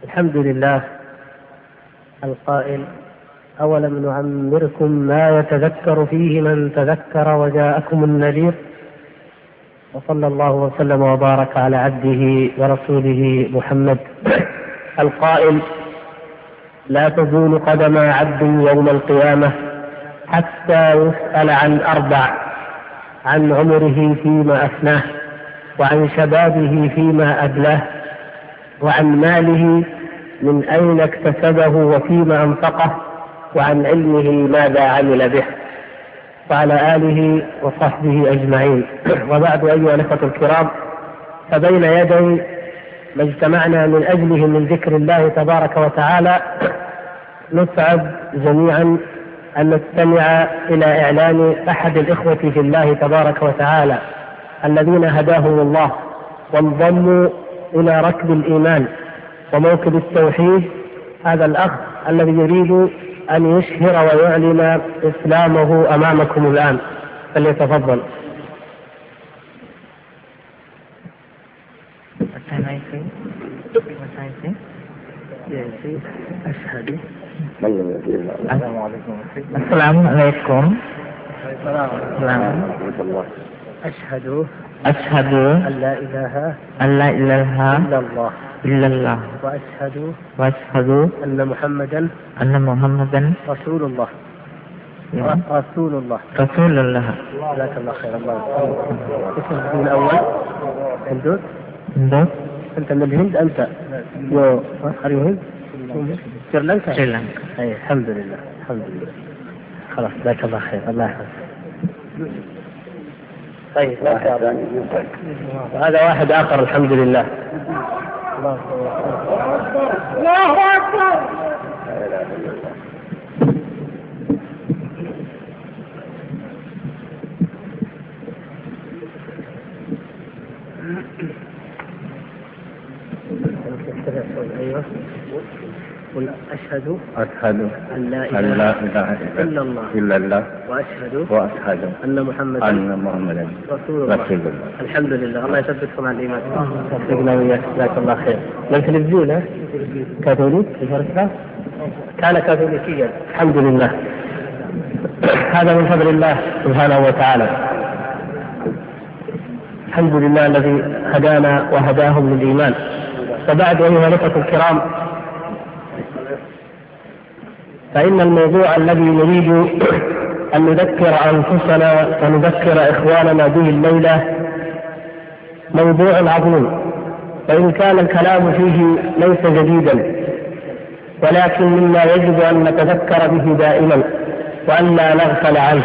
الحمد لله القائل: أولم نعمركم ما يتذكر فيه من تذكر وجاءكم النذير. وصلى الله وسلم وبارك على عبده ورسوله محمد القائل: لا تزول قدم عبد يوم القيامة حتى يسأل عن أربع: عن عمره فيما أفناه، وعن شبابه فيما أبلاه، وعن ماله من أين اكتسبه وفيما أنفقه، وعن علمه ماذا عمل به، وعلى آله وصحبه أجمعين. وبعد، أيها الأخوة الكرام، فبين يدي ما اجتمعنا من أجله من ذكر الله تبارك وتعالى نسعد جميعا أن نستمع إلى إعلان أحد الإخوة في الله تبارك وتعالى الذين هداهم الله وانضموا إلى ركب الإيمان وموكب التوحيد، هذا الأخ الذي يريد أن يشهر ويعلن إسلامه أمامكم الآن، فليتفضل. السلام عليكم. أشهد أن لا إله إلا الله وأشهد أن محمدا رسول الله. جزاك الله خير. الله اسمك من الأول؟ هندوس. أنت من الهند؟ أنت الهند؟ سريلانكا. أي الحمد لله. خلاص، جزاك الله خير. الله يحفظك. طيب، هذا واحد آخر. الحمد لله. الله أكبر. أيوه. قل أشهد أن لا إله إلا الله وأشهد أن محمدا رسول الله. الحمد لله. الله يثبتكم على الإيمان. وفقنا وإياك. جزاك الله خير. من تلفزيون كاثوليك كان كاثوليكيا. الحمد لله. هذا من فضل الله سبحانه وتعالى. الحمد لله الذي هدانا وهداهم للإيمان. وبعد، أيها الأخوة الكرام، فإن الموضوع الذي نريد أن نذكر أنفسنا ونذكر إخواننا به الليلة موضوع عظيم، وإن كان الكلام فيه ليس جديدا، ولكن مما يجب أن نتذكر به دائما وأن لا نغفل عنه.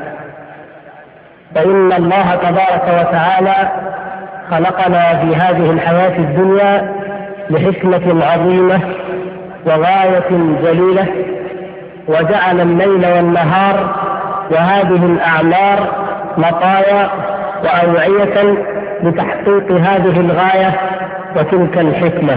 فإن الله تبارك وتعالى خلقنا في هذه الحياة الدنيا لحكمة عظيمة وغاية جليلة، وجعل الليل والنهار وهذه الأعمار مطايا وأوعية لتحقيق هذه الغاية وتلك الحكمة.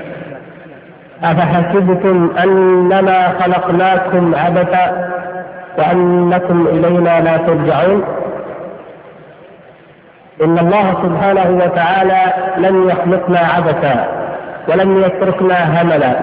أفحسبتم أنما خلقناكم عبثا وأنكم إلينا لا ترجعون؟ إن الله سبحانه وتعالى لم يخلقنا عبثا ولم يتركنا هملا،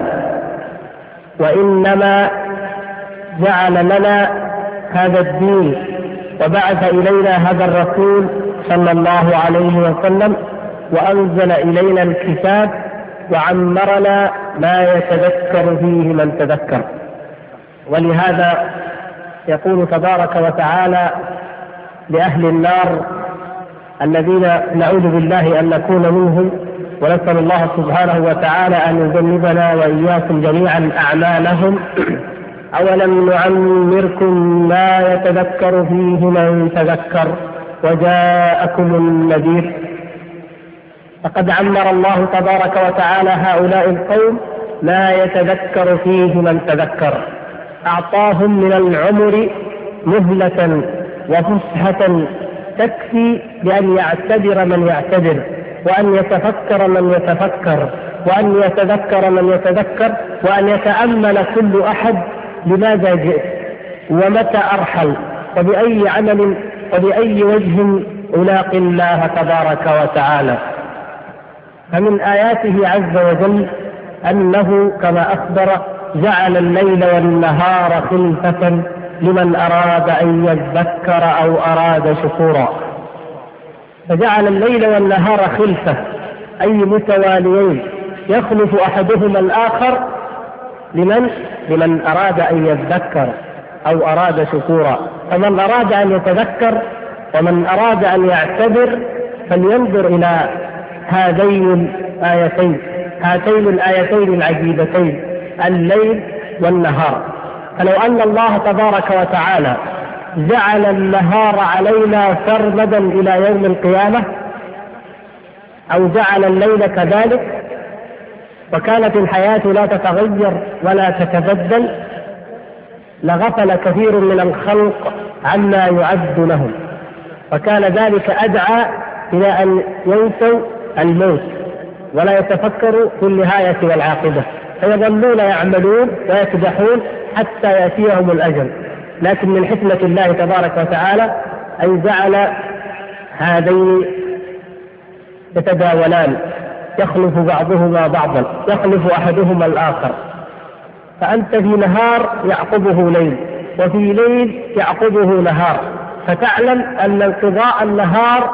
وإنما جعل لنا هذا الدين وبعث إلينا هذا الرسول صلى الله عليه وسلم، وأنزل إلينا الكتاب وعمرنا ما يتذكر فيه من تذكر. ولهذا يقول تبارك وتعالى لأهل النار الذين نعوذ بالله أن نكون منهم، ونسأل الله سبحانه وتعالى أن يجنبنا وإياكم جميعا أعمالهم: أولم نعمركم ما يتذكر فيه من تذكر وجاءكم النذير. فقد عمر الله تبارك وتعالى هؤلاء القوم ما يتذكر فيه من تذكر، أعطاهم من العمر مهلة وفسحة تكفي بأن يعتبر من يعتبر، وأن يتفكر من يتفكر، وأن يتذكر من يتذكر، وأن يتأمل كل أحد لماذا جئت، ومتى أرحل، وبأي عمل وبأي وجه ألاقي الله تبارك وتعالى. فمن آياته عز وجل أنه كما أخبر جعل الليل والنهار خلفة لمن أراد أن يذكر أو أراد شكورا. فجعل الليل والنهار خلفة أي متواليين يخلف أحدهما الآخر لمن أراد أن يذكر أو أراد شكورا. فمن أراد أن يتذكر ومن أراد أن يعتبر فلينظر إلى هاتين الآيتين العجيبتين الليل والنهار. فلو أن الله تبارك وتعالى جعل النهار علينا سرمدا إلى يوم القيامة أو جعل الليل كذلك وكانت الحياة لا تتغير ولا تتبدل لغفل كثير من الخلق عما يعد لهم، وكان ذلك أدعى إلى أن ينسوا الموت ولا يتفكروا في النهاية والعاقبة، فيظلون يعملون ويكدحون حتى يأتيهم الأجل. لكن من حكمة الله تبارك وتعالى أن جعل هذين يتداولان، يخلف بعضهما بعضا، يخلف أحدهما الآخر. فأنت في نهار يعقبه ليل وفي ليل يعقبه نهار، فتعلم أن انقضاء النهار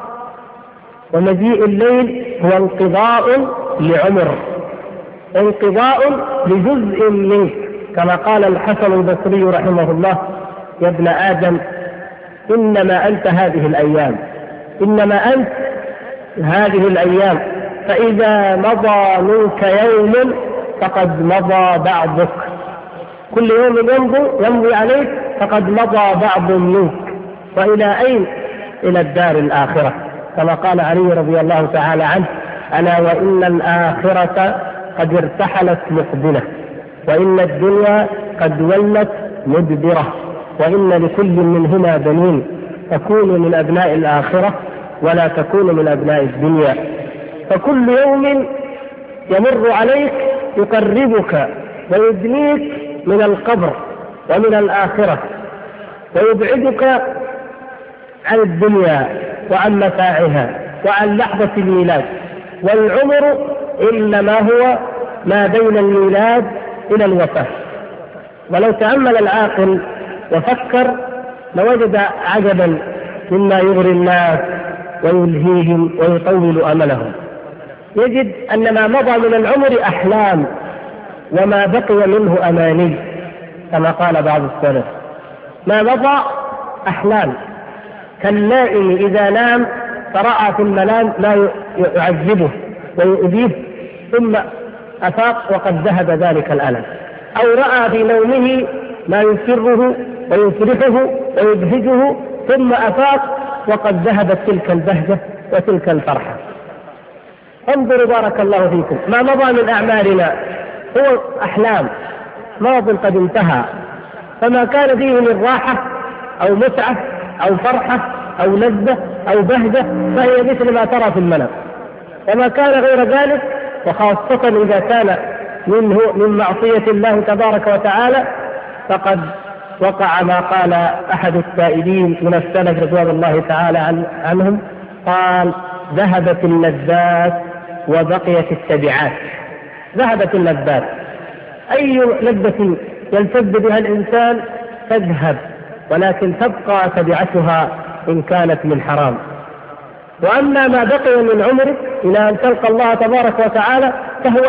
ومجيء الليل هو انقضاء لعمر، انقضاء لجزء منك، كما قال الحسن البصري رحمه الله: يا ابن آدم إنما أنت هذه الأيام، إنما أنت هذه الأيام، فإذا مضى منك يوم فقد مضى بعضك، كل يوم يمضي عليك فقد مضى بعض منك. وإلى أين؟ إلى الدار الآخرة، كما قال علي رضي الله تعالى عنه: ألا وإن الآخرة قد ارتحلت مقبلة، وإن الدنيا قد ولت مدبرة، وإن لكل منهما بنين، تكون من أبناء الآخرة ولا تكون من أبناء الدنيا. فكل يوم يمر عليك يقربك ويدنيك من القبر ومن الآخرة، ويبعدك عن الدنيا وعن متاعها وعن لحظة الميلاد. والعمر إنما هو ما بين الميلاد إلى الوفاة. ولو تأمل العاقل وفكر لوجد عجبا مما يغري الناس ويلهيهم ويطول أملهم. يجد أن ما مضى من العمر أحلام وما بقي منه أماني، كما قال بعض السلف: ما مضى أحلام، كالنائم إذا نام فرأى في المنام ما يعذبه ويؤذيه ثم أفاق وقد ذهب ذلك الألم، أو رأى في نومه ما يسره ويفرحه ويبهجه ثم أفاق وقد ذهبت تلك البهجة وتلك الفرحة. انظروا بارك الله فيكم، ما مضى من أعمالنا هو أحلام، ماض قد انتهى، فما كان فيه من راحة أو متعة أو فرحة أو لذة أو بهجة فهي مثل ما ترى في المنام، وما كان غير ذلك وخاصة إذا كان منه من معصية الله تبارك وتعالى فقد وقع ما قال أحد السائلين من السلف رضوان الله تعالى عنهم، قال: ذهبت اللذات وبقيت التبعات. ذهبت اللذات، أي لذة يلتذ بها الإنسان تذهب، ولكن تبقى تبعتها إن كانت من حرام. وأما ما بقي من عمرك إلى أن تلقى الله تبارك وتعالى فهو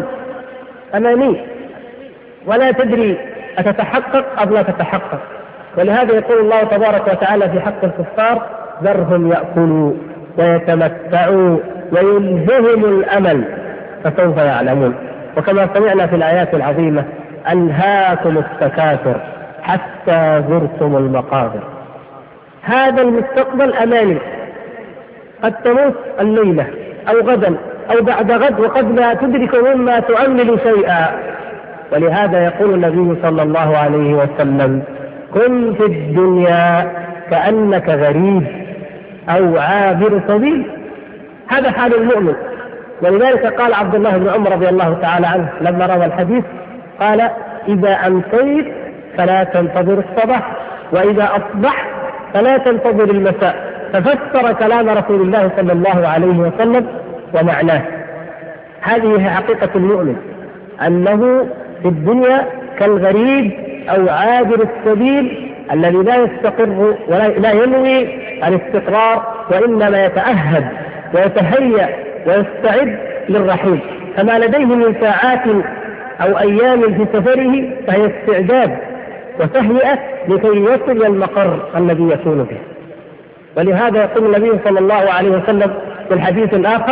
أماني ولا تدري أتتحقق أو لا تتحقق. ولهذا يقول الله تبارك وتعالى في حق الكفار: ذرهم يأكلوا ويتمتعوا ويلههم الأمل فسوف يعلمون. وكما سمعنا في الآيات العظيمة: ألهاكم التكاثر حتى زرتم المقابر. هذا المستقبل أماني، قد تموت الليلة أو غدا أو بعد غد وقد لا تدرك مما تعمل شيئا. ولهذا يقول النبي صلى الله عليه وسلم: كن في الدنيا كأنك غريب أو عابر سبيل. هذا حال المؤمن. ولذلك قال عبد الله بن عمر رضي الله تعالى عنه لما روى الحديث قال: إذا أمسيت فلا تنتظر الصباح، وإذا أصبحت فلا تنتظر المساء. ففسر كلام رسول الله صلى الله عليه وسلم ومعناه. هذه حقيقة المؤمن، أنه في الدنيا كالغريب أو عابر السبيل الذي لا يستقر ولا ينوي الاستقرار، وإنما يتأهب ويتهيأ ويستعد للرحيل، فما لديه من ساعات أو أيام في سفره فهي استعداد وتهيئة لكي يصل إلى المقر الذي يكون فيه. ولهذا يقول النبي صلى الله عليه وسلم في الحديث الآخر: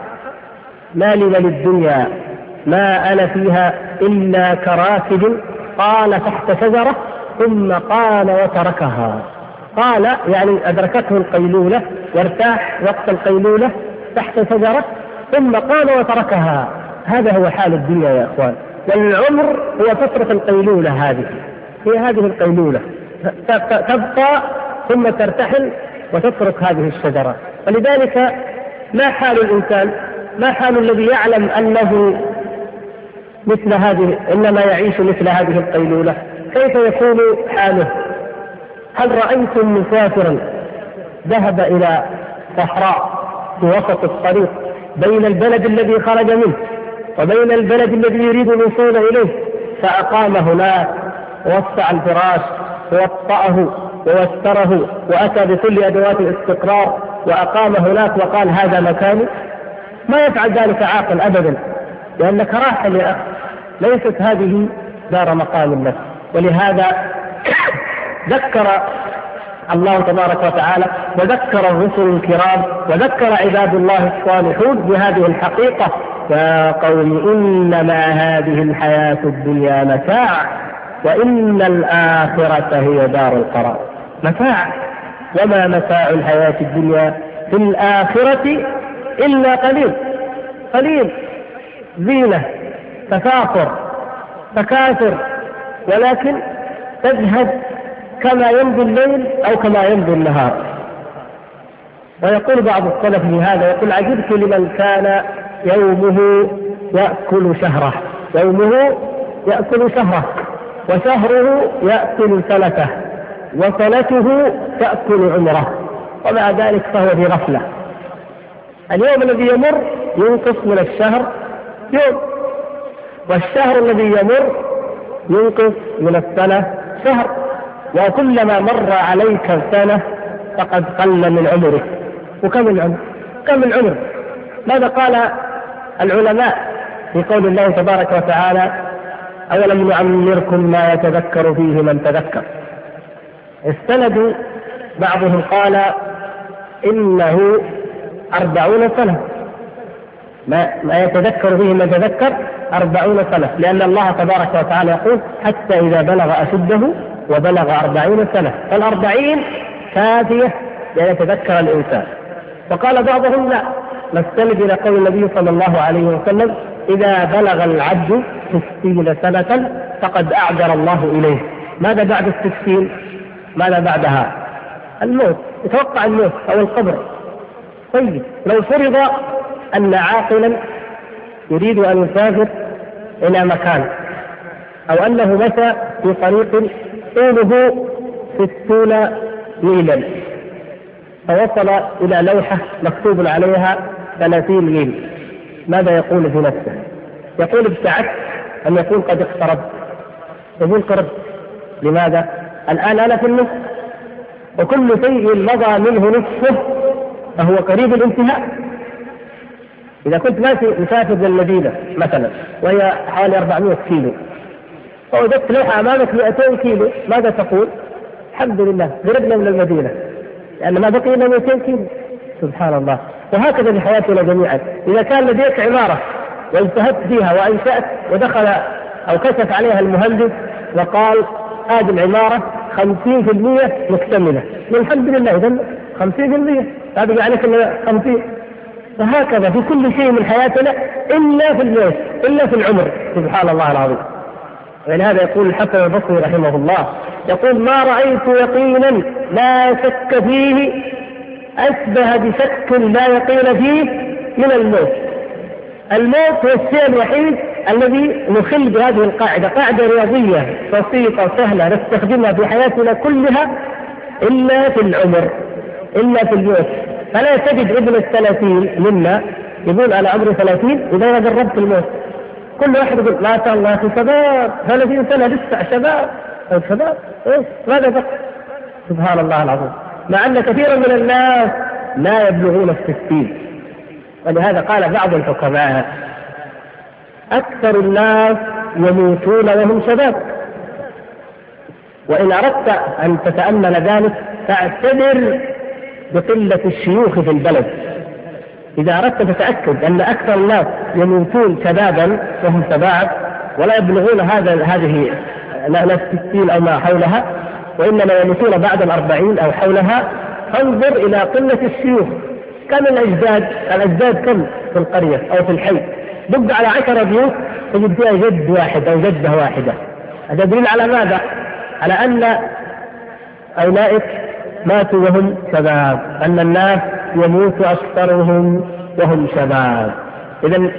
ما لي وللدنيا ما أنا فيها إلا كراكب قال تحت شجرة ثم قال وتركها. قال يعني أدركته القيلولة وارتاح وقت القيلولة تحت شجرة ثم قال وتركها. هذا هو حال الدنيا يا أخوان. والعمر هو فترة القيلولة، هي هذه القيلولة، تبقى ثم ترتحل وتترك هذه الشجرة. ولذلك ما حال الإنسان، ما حال الذي يعلم أنه مثل هذه إنما يعيش مثل هذه القيلولة؟ كيف يكون حاله؟ هل رأيتم مسافرا ذهب إلى صحراء في وسط الطريق بين البلد الذي خرج منه وبين البلد الذي يريد الوصول إليه، فأقام هناك ووسع الفراش ووطأه ووستره وأتى بكل أدوات الاستقرار وأقام هناك وقال هذا مكاني؟ ما يفعل ذلك عاقل أبدا، لأنك راحل يا أخي، ليست هذه دار مقام لك. ولهذا ذكر الله تبارك وتعالى وذكر الرسل الكرام وذكر عباد الله الصالحون بهذه الحقيقة: يا قوم إنما هذه الحياة الدنيا متاع وإن الآخرة هي دار القرار. متاع، وما متاع الحياة الدنيا في الآخرة إلا قليل، زينة، تكاثر، ولكن تذهب كما يمضي الليل أو كما يمضي النهار. ويقول بعض السلف في هذا، يقول: عجبت لمن كان يومه يأكل شهره، وشهره يأكل سنته، وسنته تأكل عمره، ومع ذلك فهو في غفلة. اليوم الذي يمر ينقص من الشهر يوم، والشهر الذي يمر ينقص من السنة شهر، وكلما مر عليك سنة فقد قل من عمرك. وكم العمر؟ ماذا قال العلماء في قول الله تبارك وتعالى: أولم نعمركم ما يتذكر فيه من تذكر؟ استندوا بعضهم قال إنه 40 سنة، ما يتذكر فيه من تذكر 40 سنة، لأن الله تبارك وتعالى يقول: حتى إذا بلغ أشده وبلغ 40 سنة، فال40 كافية ليتذكر الإنسان. وقال بعضهم: لا، نستند إلى قول النبي صلى الله عليه وسلم: إذا بلغ العبد 60 سنة فقد أعذر الله إليه. ماذا بعد 60؟ ماذا بعدها؟ الموت، يتوقع الموت أو القبر. طيب، لو فرض أن عاقلا يريد أن يسافر إلى مكان، أو أنه مشى في طريق طوله 60 ميلا، فوصل إلى لوحة مكتوب عليها 30 ميل، ماذا يقول في نفسه؟ يقول: ابتعدت أم يقول قد اقترب؟ يقول قرب. لماذا؟ الآن أنا في النصف، وكل شيء مضى منه نصفه فهو قريب الانتهاء. إذا كنت مسافر للمدينة مثلا وهي حوالي 400 كيلو، ووجدت لوحة أمامك 200 كيلو، ماذا تقول؟ الحمد لله قربنا من المدينة، لأن ما بقي إلا 200 كيلو. سبحان الله. وهكذا في حياتنا جميعا، إذا كان لديك عمارة واجتهدت فيها وأنشأت ودخل أو كشف عليها المهندس وقال: هذه العمارة 50% مكتملة، الحمد لله، إذن 50% هذا عليك 50. فهكذا في كل شيء من حياتنا إلا في الموت، إلا في العمر. سبحان الله العظيم. ولهذا يقول الحسن البصري رحمه الله، يقول: ما رأيت يقينا لا شك فيه أشبه بشك لا يقين فيه من الموت. الموت هو الشيء الوحيد الذي نخل بهذه القاعدة، قاعدة رياضية بسيطة سهلة نستخدمها في حياتنا كلها، إلا في العمر، إلا في الموت. فلا تجد ابن 30 منا يقول أنا عمري 30 إذا أنا قربت الموت. كل واحد يقول ما شاء الله في شباب 30 سنة لسه شباب أو شباب إيه ماذا بقى؟ سبحان الله العظيم. مع أن كثيرا من الناس لا يبلغون 60. ولهذا قال بعض الحكماء أكثر الناس يموتون وهم شباب. وإن أردت أن تتأمل ذلك فاعتبر بقلة الشيوخ في البلد. إذا أردت تتأكد أن أكثر الناس يموتون شبابا وهم شباب ولا يبلغون هذه لا 60 أو ما حولها، وإنما يموتون بعد 40 أو حولها، انظر إلى قلة الشيوخ. كم الأجداد كم في القرية أو في الحي؟ دق على 10 بيوت تجد فيها جد واحد أو جدة واحدة. هذا دليل على ماذا؟ على أن أولئك ماتوا وهم شباب، أن الناس يموت أكثرهم وهم شباب. إذن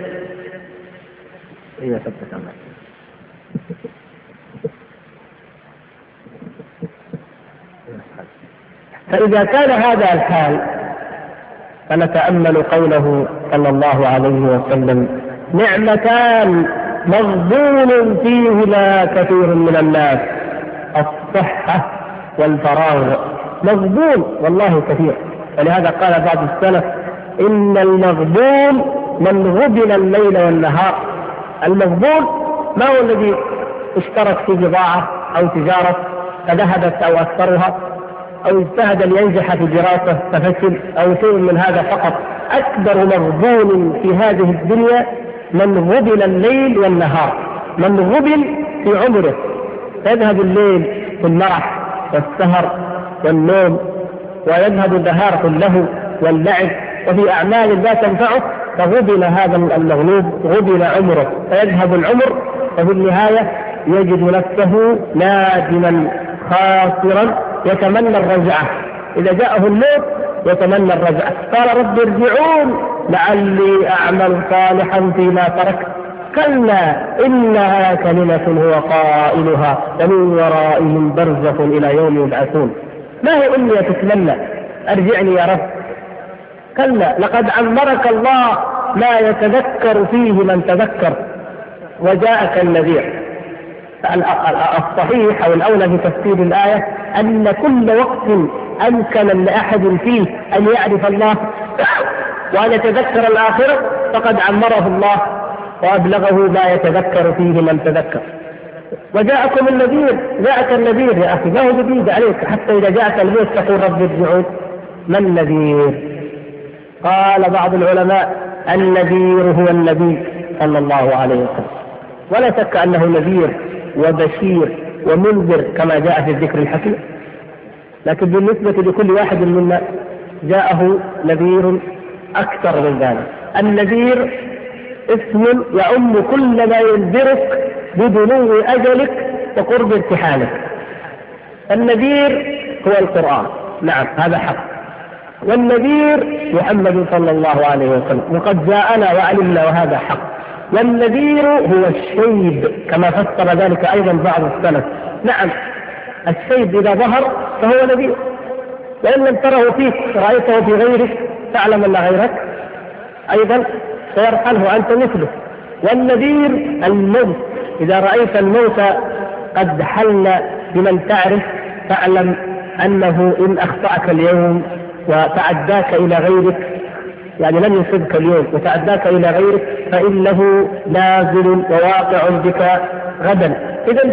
فإذا كان هذا الحال فنتأمل قوله صلى الله عليه وسلم نعمتان مغبون فيهما كثير من الناس الصحة والفراغ. مغبون والله كثير. ولهذا قال بعض السلف إن المغبون من غبن الليل والنهار. المغبون ما هو الذي اشترك في بضاعة أو تجارة فذهبت أو أكثرها، أو اجتهد لينجح في دراسة ففشل، أو شيء من هذا فقط. أكبر مغبون في هذه الدنيا من غبن الليل والنهار، من غبن في عمره، يذهب الليل في المرح والسهر والنوم، ويذهب النهار في اللهو واللعب وفي أعمال لا تنفعه، فغبن هذا المغلوب، غبن عمره، فيذهب العمر، وفي النهاية يجد نفسه نادما خاسرا يتمنى الرجعة. إذا جاءه الموت يتمنى الرجعة، قال رب ارجعون لعلي أعمل صالحا فيما تركت، كلا إنها كلمة هو قائلها ومن ورائهم برزخ إلى يوم يبعثون. ما هي أمنية تتمنى أرجعني يا رب؟ كلا لقد عمرك الله ما يتذكر فيه من تذكر وجاءك النذير. الصحيح أو الأولى في تفسير الآية أن كل وقت أمكن لأحد فيه أن يعرف الله وأن يتذكر الآخرة فقد عمره الله وأبلغه ما يتذكر فيه من تذكر. وجاءكم النذير، جاءك النذير يا أخي، ما هو جديد عليك حتى إذا جاءك الموت تقول رب ارجعون. ما النذير؟ قال بعض العلماء النذير هو النبي صلى الله عليه وسلم، ولا شك أنه نذير وبشير ومنذر كما جاء في الذكر الحكيم، لكن بالنسبة لكل واحد منا جاءه نذير أكثر من ذلك. النذير اسم يعم كل ما ينذرك بدنو أجلك وقرب ارتحالك. النذير هو القرآن، نعم هذا حق، والنذير محمد صلى الله عليه وسلم، وقد جاءنا وعلمنا وهذا حق. والنذير هو الشيب كما فسر ذلك أيضا بعض السلف. نعم الشيب إذا ظهر فهو نذير، وإن لم تره فيك رأيته في غيرك تعلم أن غيرك أيضا سيرحله أنت مثله. والنذير الموت، إذا رأيت الموت قد حل بمن تعرف فاعلم أنه إن أخطأك اليوم وتعداك إلى غيرك، يعني لم يصبك اليوم وتعداك إلى غيرك، فإنه نازل وواقع بك غدا. إذا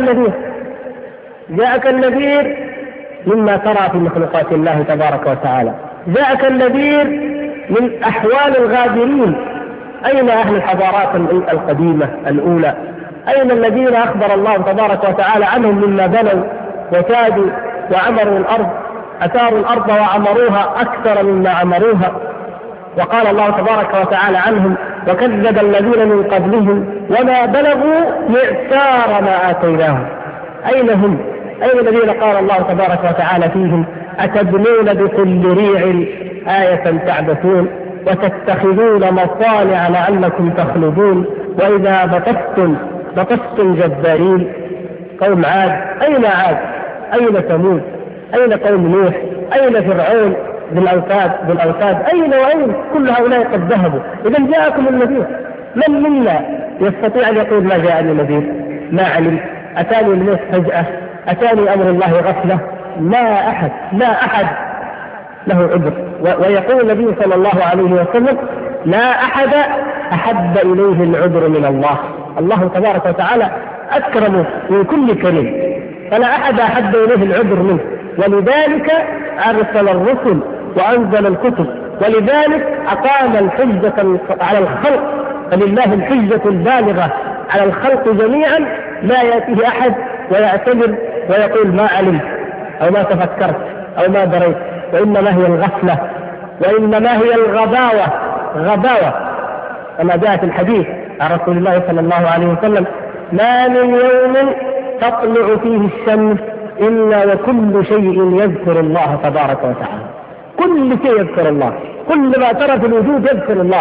جاءك النذير مما ترى في مخلوقات الله تبارك وتعالى، جاءك النذير من أحوال الغابرين. أين أهل الحضارات القديمة الأولى؟ أين الذين أخبر الله تبارك وتعالى عنهم مما بنوا وسادوا وعمروا الأرض، أثاروا الأرض وعمروها أكثر مما عمروها؟ وقال الله تبارك وتعالى عنهم وكذب الذين من قبلهم وما بلغوا معشار ما آتيناهم. أين هم؟ أين الذين قال الله تبارك وتعالى فيهم أتبنون بكل ريع آية تعبثون وتتخذون مصانع لعلكم تخلدون وإذا بطشتم جبارين. قوم عاد، أين عاد؟ أين ثمود؟ أين قوم نوح؟ أين فرعون؟ بالأوتاد أين وأين؟ كل هؤلاء قد ذهبوا. إذا جاءكم النذير، من منا يستطيع أن يقول ما جاءني نذير؟ ما علم، أتاني الموت فجأة، أتاني أمر الله غفلة. لا أحد له عذر. ويقول النبي صلى الله عليه وسلم لا أحد أحب إليه العذر من الله. الله تبارك وتعالى أكرم من كل كريم، فلا أحد أحب إليه العذر منه، ولذلك أرسل الرسل وأنزل الكتب، ولذلك أقام الحجة على الخلق، فلله الحجة البالغة على الخلق جميعا. لا يأتيه أحد ويعتذر ويقول ما علمت أو ما تفكرت أو ما دريت، وإنما هي الغفلة، وإنما هي غباوة. كما جاء في الحديث عن رسول الله صلى الله عليه وسلم ما من يوم تطلع فيه الشمس إلا وكل شيء يذكر الله تبارك وتعالى. كل شيء يذكر الله، كل ما ترى في الوجود يذكر الله.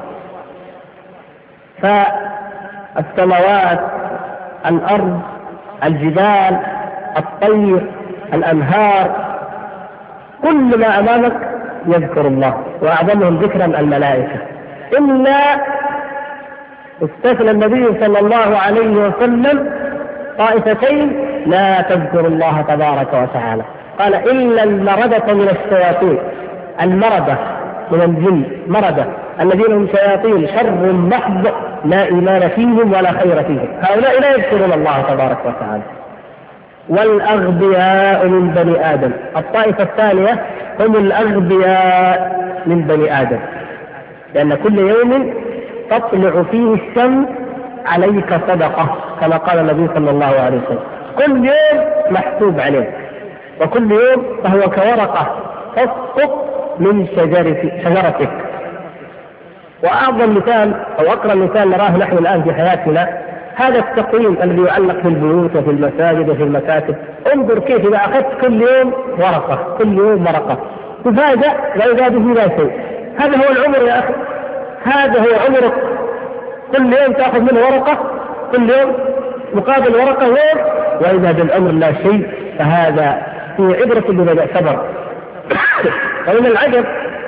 فالسماوات، الأرض، الجبال، الطير، الأنهار، كل ما أمامك يذكر الله، وأعظمهم ذكرا الملائكة. إلا استثنى النبي صلى الله عليه وسلم طائفتين لا تذكر الله تبارك وتعالى، قال إلا المردة من الشياطين. المردة من الجن، مردة الذين هم شياطين شر محض لا إيمان فيهم ولا خير فيهم، هؤلاء لا يذكرون الله تبارك وتعالى. والأغبياء من بني آدم، الطائفة الثانية هم الأغبياء من بني آدم، لأن كل يوم تطلع فيه الشمس عليك صدقة، كما قال النبي صلى الله عليه وسلم. كل يوم محسوب عليك، وكل يوم فهو كورقة تسقط من شجرتك. وأعظم مثال أو أقرب مثال نراه نحن الآن في حياتنا هذا التقويم الذي يعلق في البيوت وفي المساجد وفي المكاتب. انظر كيف إذا أخذت كل يوم ورقة، كل يوم ورقة، تفاجأ وإذا به لا شيء. هذا هو العمر يا أخي، هذا هو عمرك. كل يوم تأخذ منه ورقة، كل يوم مقابل ورقة يوم، وإذا بالعمر لا شيء. فهذا في عبرة بما اعتبر. ومن العجب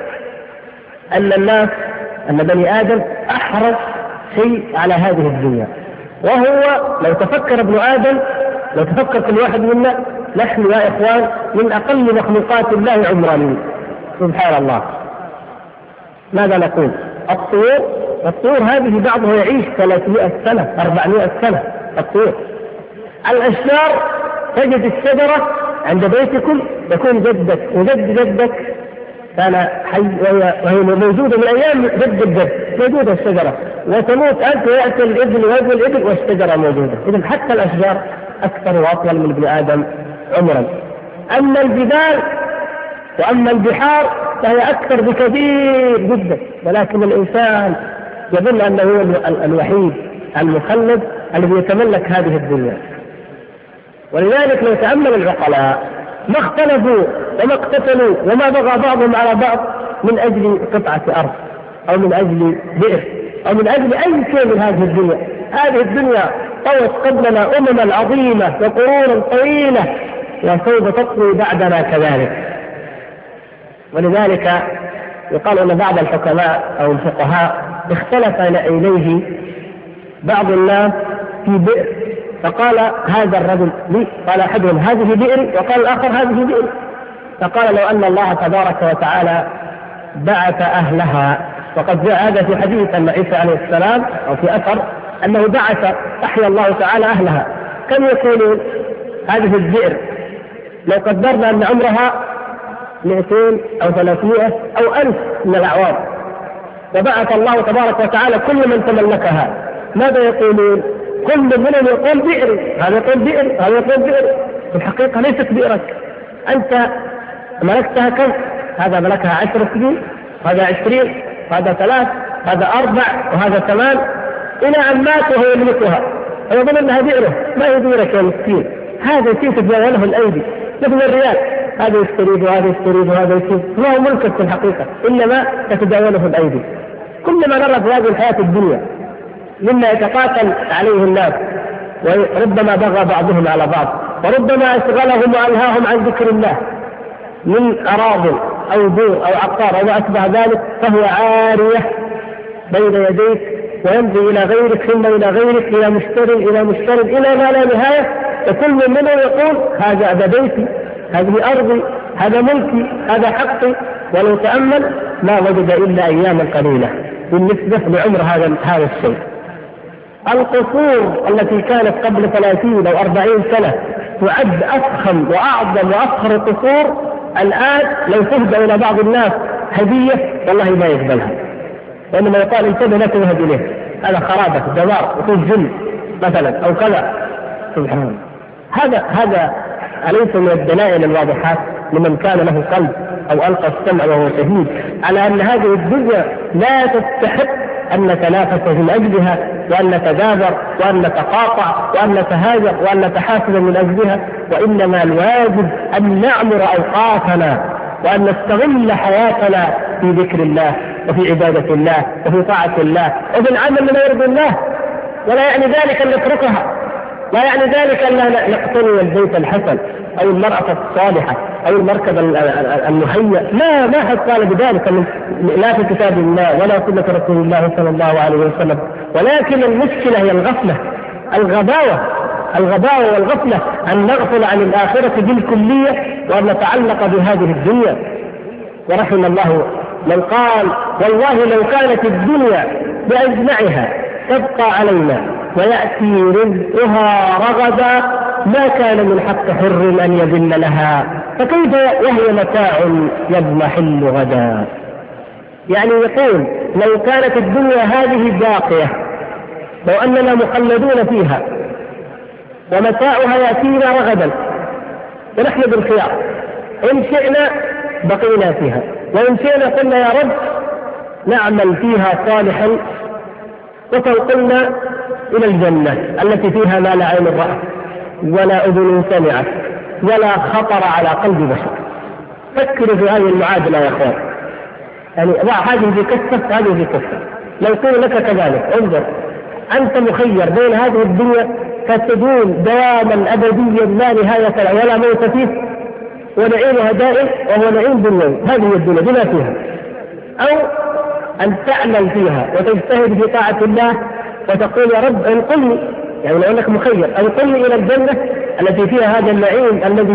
أن بني آدم أحرص شيء على هذه الدنيا، وهو لو تفكر ابن آدم، لو تفكر كل واحد منا، نحن يا إخوان من أقل مخلوقات الله عمرا. سبحان الله. ماذا نقول؟ الطيور هذه بعضها يعيش 300 سنة 400 سنة. الطيور، الأشجار، تجد الشجرة عند بيتكم يكون جدك وجد جدك كان حي وهي موجودة من أيام جد الجد، موجودة الشجرة، وتموت أنت ويأتي الابن ويأتي الابن والشجرة موجودة. إذن حتى الأشجار أكثر وأطول من ابن آدم عمرا. أما الجبال وأما البحار فهي أكثر بكثير جدا، ولكن الإنسان يظن أنه هو الوحيد المخلد الذي يتملك هذه الدنيا. ولذلك لو تأمل العقلاء ما اختلفوا وما اقتتلوا وما بغى بعضهم على بعض من أجل قطعة أرض أو من أجل بئر أو من أجل أي شيء من هذه الدنيا. هذه الدنيا طوت قبلنا أمما عظيمة وقرونا طويلة، وسوف تطوي بعدنا كذلك. ولذلك يقال أن بعض الحكماء أو الفقهاء اختلف إليه بعض الناس في بئر، فقال هذا الرجل لي، قال أحدهم هذه بئري، وقال الآخر هذه بئري. فقال لو أن الله تبارك وتعالى بعث أهلها، وقد جاء هذا في حديث أن عيسى عليه السلام أو في أثر أنه بعث أحيا الله تعالى أهلها، كم يكون هذه البئر؟ لو قدرنا أن عمرها 200 أو 300 أو 1000 من الأعوام، وبعث الله تبارك وتعالى كل من تملكها، ماذا يقولون؟ كل منهم يقول بئر، هذا يقول بئر، هذا يقول بئر. في الحقيقة ليست بئرك، أنت ملكتها كم؟ هذا ملكها 10 سنين، هذا 20، هذا 3، هذا 4، وهذا 8، إلى أن مات وهو يملكها، ويظن أنها بئره. ما هي بئرك يا مسكين؟ هذا شيء تتجاوله الأيدي، مثل الريال، هذا يستريد وهذا يستريد وهذا يستريد، ما هو ملكك في الحقيقة، إنما تتجاوله الأيدي. كل ما نرى في هذه الحياة الدنيا مما يتقاتل عليه الناس، وربما بغى بعضهم على بعض، وربما أشغلهم وألهاهم عن ذكر الله من أراض أو دور أو عقار أو ما أشبه ذلك، فهو عارية بين يديك ويمضي إلى غيرك ثم إلى غيرك إلى مشتر إلى مشتر إلى ما لا نهاية، وكل منهم يقول هذا بيتي، هذه أرضي، هذا ملكي، هذا حقي. ولو تأمل ما وجد إلا أياما قليلة بالنسبة لعمر هذا الشيء. القصور التي كانت قبل 30 أو 40 سنة تعد أفخم وأعظم وأفخر القصور، الآن لو تهدى إلى بعض الناس هدية والله ما يقبلها، وإنما يقال انتبه لا تذهب إليه، هذا خرابة دمار وفيه جن مثلا أو كذا. سبحان الله. هذا أليس من الدلائل الواضحات لمن كان له قلب أو ألقى السمع وهو شهيد على أن هذه الدنيا لا تستحق أن نتنافس من أجلها، وأن نتدابر، وأن نتقاطع، وأن نتهاجر، وأن نتحاسب من أجلها، وإنما الواجب أن نعمر أوقاتنا وأن نستغل حياتنا في ذكر الله وفي عبادة الله وفي طاعة الله وفي العمل لما يرضي الله. ولا يعني ذلك أن نتركها، لا يعني ذلك أن نقتني البيت الحسن أو المرأة الصالحة أو المركب المهيأ، ما حد قال بذلك لا في كتاب الله ولا سنة رسول الله صلى الله عليه وسلم. ولكن المشكلة هي الغباوة والغفلة، أن نغفل عن الآخرة بالكلية وأن نتعلق بهذه الدنيا. ورحم الله من قال والله لو كانت الدنيا بأجمعها تبقى علينا ويأتي رزقها رغدا ما كان من حق حر أن يذل لها، فكيف وهي متاع يضمحل غدا. يعني يقول لو كانت الدنيا هذه باقية، لو أننا مخلدون فيها ومتاعها يأتينا رغدا ونحن بالخيار، إن شئنا بقينا فيها وإن شئنا قلنا يا رب نعمل فيها صالحا وتنقلنا إلى الجنة التي فيها ما لا عين رأت ولا أذن سمعت ولا خطر على قلب بشر. فكروا في هذه المعادلة يا أخوان، يعني ضع هذه في كفة هذه في كفة. لو قيل لك كذلك انظر أنت مخير بين هذه الدنيا فتدوم دواما أبديا لا نهاية له ولا موت فيه ونعيمها دائم وهو نعيم دنيوي، هذه الدنيا بما فيها، أو أن تعمل فيها وتجتهد في طاعة الله وتقول يا رب انقلني، يعني لو أنك مخير انقلني إلى الجنة التي فيها هذا النعيم الذي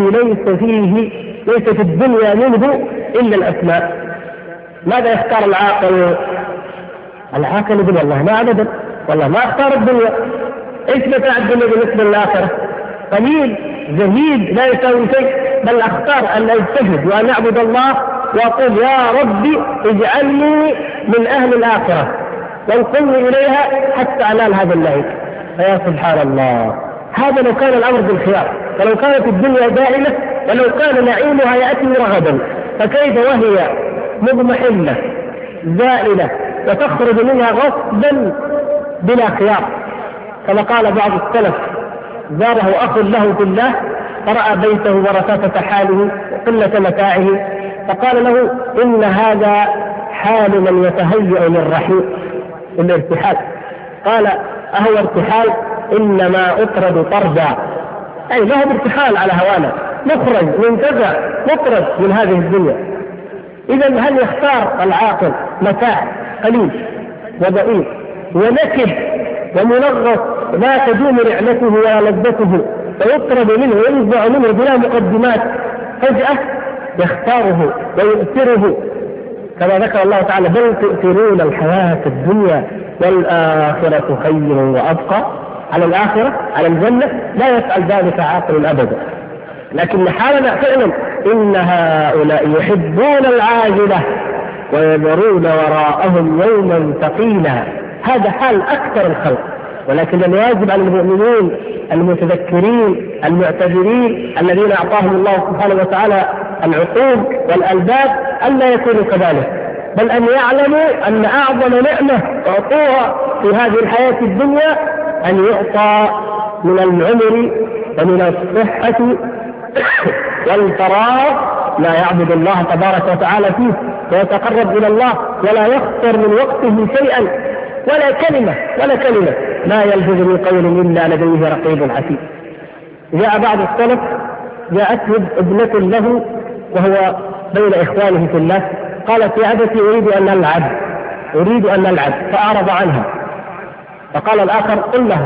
ليس في الدنيا منه إلا الأسماء. ماذا يختار العاقل؟ العاقل يقول والله ما أبدا، والله ما اختار الدنيا. ايش متاع الدنيا بالنسبة للآخرة؟ قليل زهيد لا يساوي شيء، بل اختار أن أجتهد وأن أعبد الله وأقول يا ربي اجعلني من أهل الآخرة وانقلني إليها حتى أنال هذا النعيم. فيا سبحان الله، هذا لو كان الأمر بالخيار، ولو كانت الدنيا دائمة ولو كان نعيمها يأتي رغدا، فكيف وهي مضمحلة زائلة وتخرج منها غصبا بلا خيار؟ كما قال بعض السلف زاره أخ له في الله فرأى بيته ورثاثة حاله وقلة متاعه فقال له إن هذا حال من يتهيأ للرحيل الارتحال. قال أهو ارتحال؟ إنما أطرد طردا، أي له ارتحال على هوانا، نخرج ننتزع نطرد من هذه الدنيا. إذا هل يختار العاقل متاع قليل وضئيل ونكد ومنغص لا تدوم نعمته ولا لذته ويطرد منه وينزع منه بلا مقدمات فجأة؟ يختاره ويؤثره كما ذكر الله تعالى بل تؤثرون الحياة الدنيا والآخرة خير وأبقى. على الآخرة على الجنة لا يفعل ذلك عاقل أبدا. لكن حالنا فعلا إن هؤلاء يحبون العاجلة ويذرون وراءهم يوما ثقيلا، هذا حال أكثر الخلق. ولكن الواجب على المؤمنين المتذكرين المعتبرين الذين أعطاهم الله سبحانه وتعالى العقول والألباب ألا يكونوا كذلك، بل أن يعلموا أن أعظم نعمة أعطوها في هذه الحياة الدنيا أن يعطى من العمر ومن الصحة والفراغ لا يعبد الله تبارك وتعالى فيه ويتقرب إلى الله ولا يخسر من وقته شيئا ولا كلمة ما يلفظ من قول إلا لديه رقيب عتيد. جاء بعض السلف جاءته ابنة له وهو بين إخوانه في الله، قالت يا أبتي أريد أن نلعب، فأعرض عنها. فقال الآخر قل لها،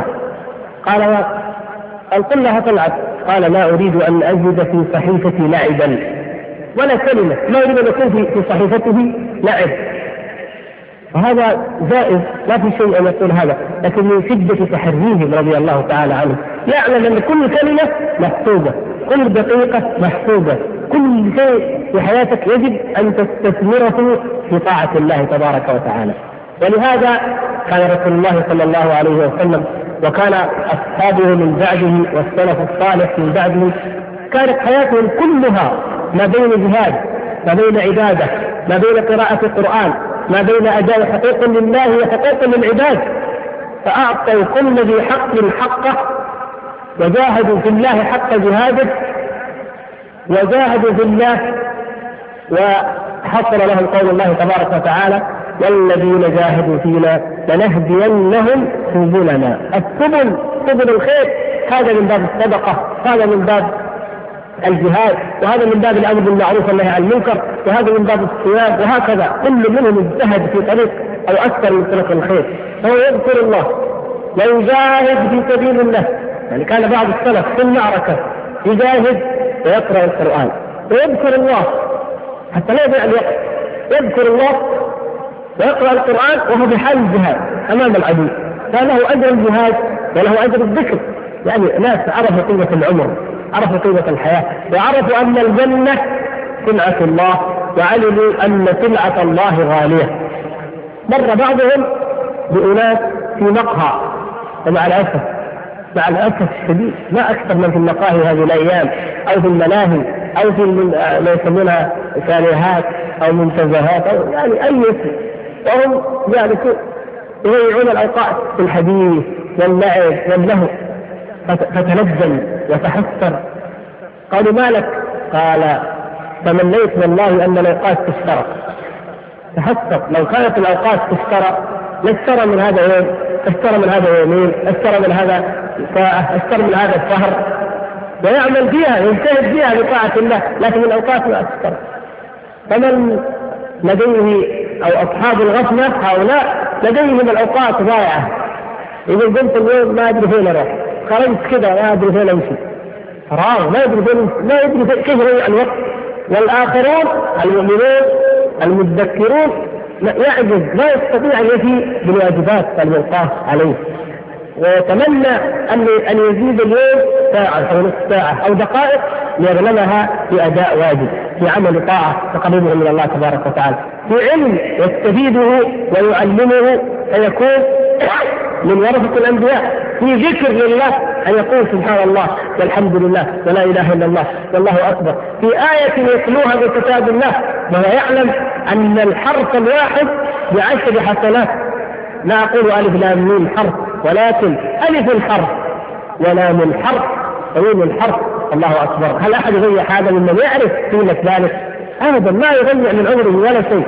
قل لها تلعب. قال لا أريد أن أجد في صحيفتي لعبا ولا كلمة، لا أريد أن يكون في صحيفته لعب. وهذا جائز، لا في شيء أن يقول هذا، لكن من شدة تحريهم رضي الله تعالى عنه يعلم أن كل كلمة محسوبة، كل دقيقة محسوبة، كل شيء في حياتك يجب أن تستثمره في طاعة الله تبارك وتعالى. ولهذا كان رسول الله صلى الله عليه وسلم وكان أصحابه من بعده والسلف الصالح من بعده كانت حياتهم كلها ما بين جهاد، ما بين عبادة، ما بين قراءة القرآن، ما بين أداء حقوق لله وحقوق للعباد. فأعطوا كل ذي حق حقه، وجاهدوا في الله حق جهاده، وجاهدوا في الله، وحصل لهم قول الله تبارك وتعالى والذين جاهدوا فينا لنهدينهم سبلنا. السبل سبل الخير، هذا من باب الصدقة، هذا من باب الجهاد، وهذا من باب الأمر بالمعروف والنهي عن المنكر، وهذا من باب الصيام، وهكذا كل منهم اجتهد في طريق أو أكثر من طريق الخير. فهو يذكر الله ويجاهد في سبيل الله. يعني كان بعض السلف في المعركة يجاهد ويقرأ القرآن ويذكر الله حتى لا يضيع الوقت، يذكر الله ويقرأ القرآن وهو بحال الجهاد أمام العدو، فله أجر الجهاد وله أجر الذكر. يعني ناس عرفوا قيمة العمر، عرفوا قيمة الحياة، وعرفوا أن الجنة سلعة الله، وعلموا أن سلعة الله غالية. مر بعضهم بأناس في مقهى، ومع الأسف الشديد ما أكثر من في المقاهي هذه الأيام أو في الملاهي أو في ما يسمونها شاليهات أو منتزهات أو يعني أي اسم، وهم يضيعون الأوقات في الحديث واللعب واللهو. فتنجم وتحسر. قالوا ما لك؟ قال تمنيت والله أن الأوقات تشترى. تحسر، لو كانت الأوقات تشترى لاشترى من هذا يوم، اشترى من هذا يومين، اشترى من هذا ساعة، اشترى من هذا الشهر، ويعمل فيها يجتهد فيها لطاعة الله، لكن الأوقات لا تشترى. فمن لديه أو أصحاب الغفلة هؤلاء لديهم الأوقات ضائعة. إذا قلت اليوم ما أدري فين أروح، خرجت كذا ما أدري فين أمشي، فراغ ما يدري كيف يضيع الوقت. والآخرون المؤمنون المذكرون يعجز، لا يستطيع أن يفي بالواجبات الملقاة عليه، ويتمنى أن يزيد اليوم ساعة أو نصف ساعة أو دقائق ليغنمها في أداء واجب، في عمل طاعة تقربه من الله تبارك وتعالى، في علم يستفيده ويعلمه فيكون من ورثة الأنبياء، في ذكر لله أن يقول سبحان الله والحمد لله ولا إله إلا الله والله أكبر، في آية يتلوها بكتاب الله وهو يعلم أن الحرف الواحد ب10 حسنات. لا أقول ألف لام ميم حرف، ولكن ألف الحرف ولام الحرف وميم الحرف. الله أكبر. هل أحد يضيع هذا ممن يعرف قيمة ذلك؟ أبدا، ما يضيع من عمره ولا شيء.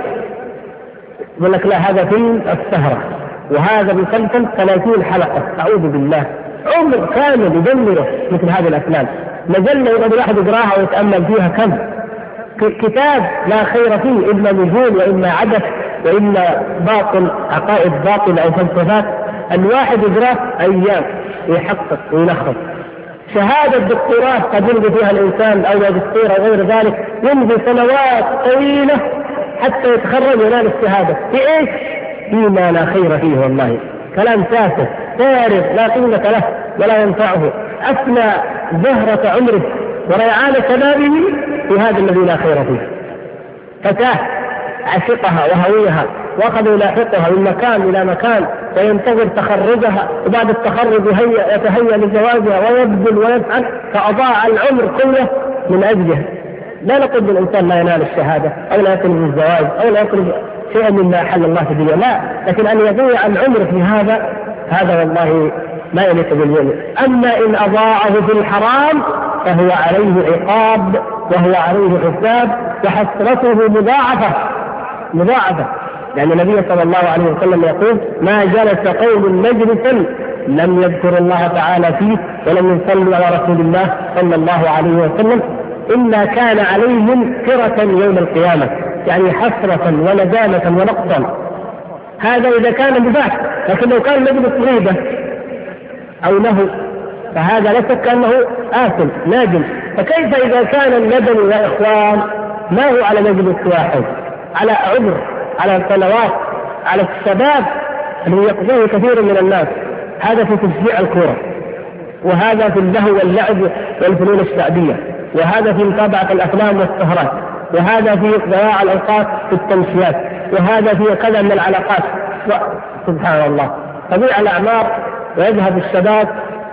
يقول لك لا هذا فيلم السهرة وهذا مسلسل 30 حلقة، أعوذ بالله، عمر كامل يدمره مثل هذه الأفلام. مجلة يقعد الواحد يقراها ويتأمل فيها كم كتاب لا خير فيه، إما نزول وإما عبث وإما باطل، عقائد باطل أو فلسفات. الواحد يقراه أيام ويحقق ويلخص. شهادة دكتوراه قد يلقي فيها الإنسان أو ماجستير أو غير ذلك، يمضي سنوات طويلة حتى يتخرج وينال الشهادة. في إيش؟ فيما لا خير فيه، والله كلام تافه فارغ لا قيمة له ولا ينفعه. أفنى زهرة عمره وريعان شبابه في هذا الذي لا خير فيه. فتاة عشقها وهويها وأخذ يلاحقها من مكان إلى مكان وينتظر تخرجها، وبعد التخرج يتهيأ لزواجها ويبذل ويفعل، فأضاع العمر كله من أجله. لا نقول بالإنسان لا ينال الشهادة أو لا يطلب الزواج أو لا يطلب شيئا مما حل الله في الدنيا، لا، لكن أن يضيع العمر في هذا والله ما يليق بالمؤمن. أما إن أضاعه في الحرام فهو عليه عقاب وهو عليه حساب وحسرته مضاعفة. يعني النبي صلى الله عليه وسلم يقول ما جلس قوم مجلسا لم يذكر الله تعالى فيه ولم يصلوا على رسول الله صلى الله عليه وسلم إلا كان عليهم كرة يوم القيامة، يعني حسرة وندامة ونقصا. هذا إذا كان مباح، لكن لو كان مجلس غيبة أو له فهذا لا شك أنه آثم نادم. فكيف إذا كان الندم يا إخوان ما هو على مجلس واحد، على عمر، على سنوات، على الشباب الذي يقضيه كثير من الناس؟ هذا في تشجيع الكرة، وهذا في اللهو واللعب والفنون الشعبية، وهذا في متابعة الأفلام والسهرات، وهذا في ضياع الأوقات في التمشيات، وهذا في كذا من العلاقات. سبحان الله، تضيع الأعمار ويذهب الشباب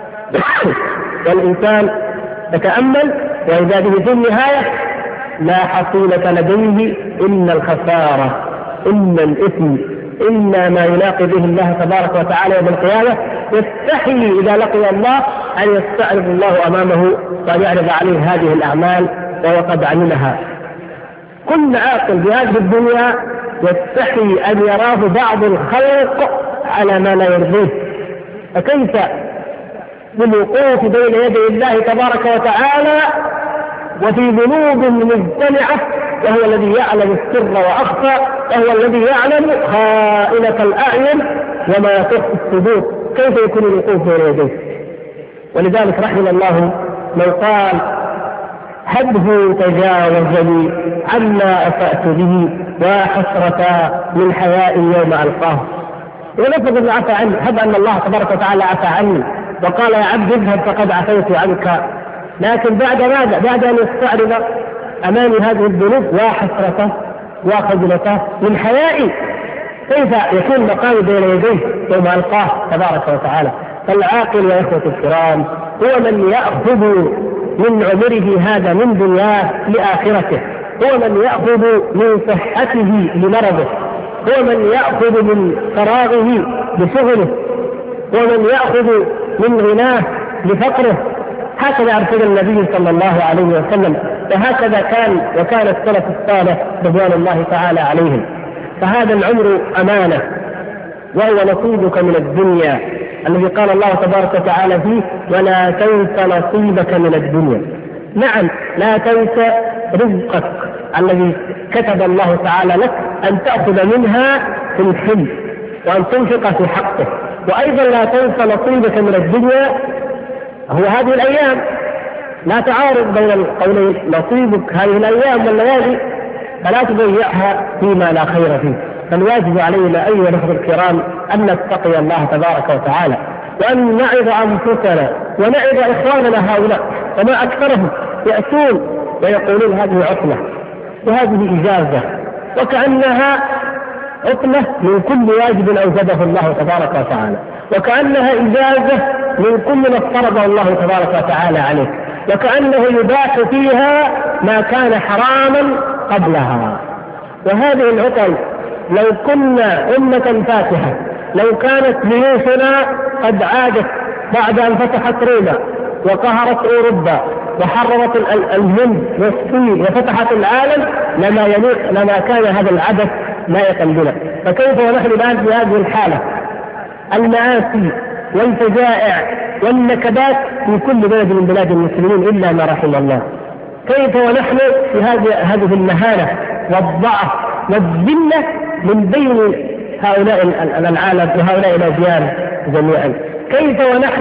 والإنسان يتأمل وإذا به في النهاية لا حصيلة لديه إلا الخسارة، إلا الإثم، إلا ما يلاقي به الله تبارك وتعالى يوم القيامة. يستحي إذا لقي الله أن يستعرض الله أمامه وأن يعرض عليه هذه الأعمال وهو قد عملها. كل عاقل بهذه الدنيا يستحي أن يراه بعض الخلق على ما لا يرضيه، فكيف بالوقوف بين يدي الله تبارك وتعالى وفي ذنوب مجتمعة، وهو الذي يعلم السر وأخفى، وهو الذي يعلم خائنة الأعين وما تخفي الصدور. كيف يكون الوقوف بين يديه؟ ولذلك رحم الله من قال حده تجاوز لي عما أسأت به وحسرة من حياء يوم ألقاه. ولفظ ابن عفى عنه، هب أن الله تبارك وتعالى عفى عني وقال يا عبد اذهب فقد عفيت عنك، لكن بعد ماذا؟ بعد أن يستعرض أمام هذه الذنوب وحسرته وخجلته من حيائي. كيف يكون مقامي بين يديه يوم ألقاه تبارك وتعالى؟ فالعاقل يا إخوة الكرام هو من يأخذ من عمره هذا من دنياه لآخرته، هو من يأخذ من صحته لمرضه، هو من يأخذ من فراغه لشغله، هو من يأخذ من غناه لفقره. هكذا أرشد النبي صلى الله عليه وسلم، وهكذا وكان السلف الصالح رضوان الله تعالى عليهم. فهذا العمر أمانة، وهو نصيبك من الدنيا الذي قال الله تبارك وتعالى فيه ولا تنس نصيبك من الدنيا. نعم، لا تنس رزقك الذي كتب الله تعالى لك أن تأخذ منها في الحل وأن تنفق في حقه، وأيضا لا تنس نصيبك من الدنيا. هو هذه الأيام لا تعارض بين القولين، نصيبك هذه الأيام والليالي فلا تضيعها فيما لا خير فيه. فالواجب علينا أيها الأخوة الكرام أن نتقي الله تبارك وتعالى، وأن نعظ أنفسنا ونعظ إخواننا هؤلاء، وما أكثرهم يأتون ويقولون هذه عطلة وهذه إجازة، وكأنها عطلة من كل واجب أوجبه الله تبارك وتعالى، وكأنها إجازة من كل ما افترضه الله تبارك وتعالى عليك، وكأنه يباح فيها ما كان حراما قبلها. وهذه العطل لو كنا أمة فاتحة، لو كانت جيوشنا قد عادت بعد أن فتحت روما وقهرت أوروبا وحررت الهند والصين وفتحت العالم، لما كان هذا العبث لا بنا. فكيف ونحن الآن في هذه الحالة؟ المآسي والفجائع والنكبات في كل بلد من بلاد المسلمين إلا ما رحم الله. كيف ونحن في هذه المهانة والضعف والذلة من بين هؤلاء العالم وهؤلاء الأديان جميعا؟ كيف ونحن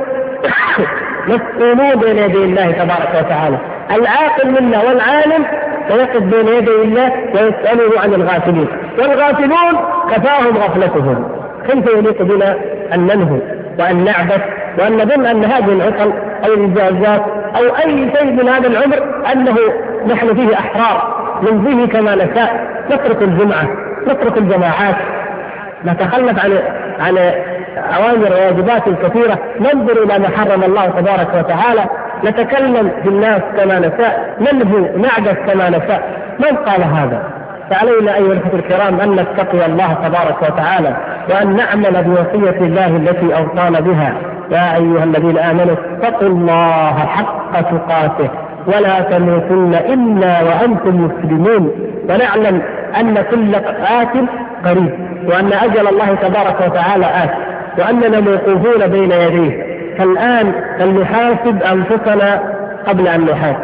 مسؤولون بين يدي الله تبارك وتعالى؟ العاقل منا والعالم ويقف بين يدي الله ويسأله عن الغافلين، والغافلون كفاهم غفلتهم. كيف يليق بنا أن ننهو وأن نعبث وأن نظن أن هذه العطل أو الإجازات أو أي شيء من هذا العمر أنه نحن فيه أحرار نمضيه كما نشاء، نترك الجمعة، نترك الجماعات، نتخلف عن أوامر وواجبات كثيرة، ننظر إلى ما حرم الله تبارك وتعالى، نتكلم في الناس كما نشاء، نلهو نعبث كما نشاء. من قال هذا؟ فعلينا أيها الأخوة الكرام أن نتقي الله تبارك وتعالى وأن نعمل بوصية الله التي أوصانا بها: يا أيها الذين آمنوا اتقوا الله حق تقاته ولا تموتن إلا وأنتم مسلمون. ونعلم أن كل آت قريب، وأن أجل الله تبارك وتعالى آت، وأننا موقوفون بين يديه. فالآن فلنحاسب أنفسنا قبل أن نحاسب،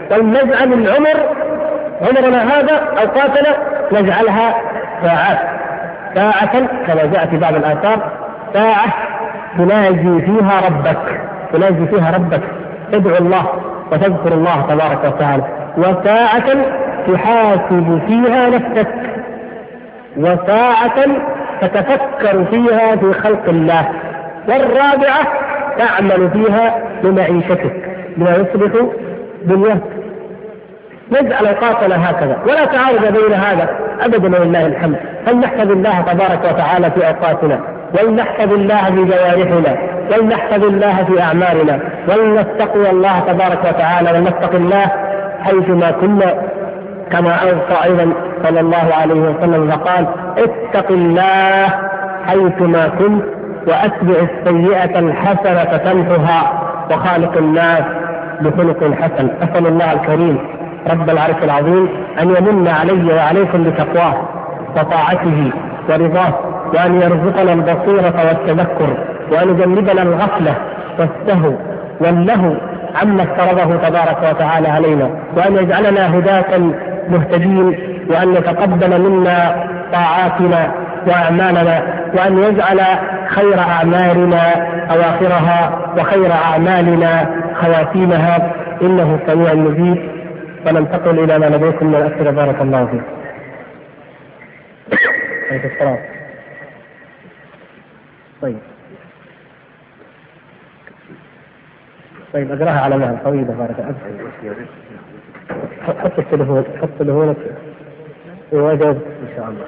ولنجعل عمرنا هذا أوقاتنا نجعلها ساعات، ساعة كما جاء في بعض الآثار، ساعة تناجي فيها ربك، تدعو الله وتذكر الله تبارك وتعالى، وساعة تحاسب فيها نفسك، وساعة تتفكر فيها في خلق الله، والرابعة تعمل فيها بمعيشتك بما يصلح دنياك. نجعل أوقاتنا هكذا ولا تعارض بين هذا أبدا ولله الحمد. فلنحفظ الله تبارك وتعالى في أوقاتنا، ولنحفظ الله في جوارحنا، ولنحفظ الله في أعمالنا، ولنتقي الله تبارك وتعالى، ونتقي الله حيثما كنا، كما أوصى أيضا صلى الله عليه وسلم فقال: اتق الله حيثما كنت وأتبع السيئة الحسنة تمحها وخالق الناس بخلق حسن. أسأل الله الكريم رب العرش العظيم أن يمن علي وعليكم بتقواه وطاعته ورضاه، وأن يرزقنا البصيرة والتذكر، وأن يجنبنا الغفلة والسهو واللهو عما افترضه تبارك وتعالى علينا، وأن يجعلنا هداة مهتدين، وأن يتقبل منا طاعاتنا وأعمالنا، وأن يجعل خير أعمالنا أواخرها وخير أعمالنا خواتيمها، إنه سميع مجيب. فننتقل إلى ما لديكم من الأسئلة. بارك الله فيكم. عليك السلام. طيب أقرأها على مهل طويلة. بارك الله. حط تليفونك وأجاوب إن شاء الله.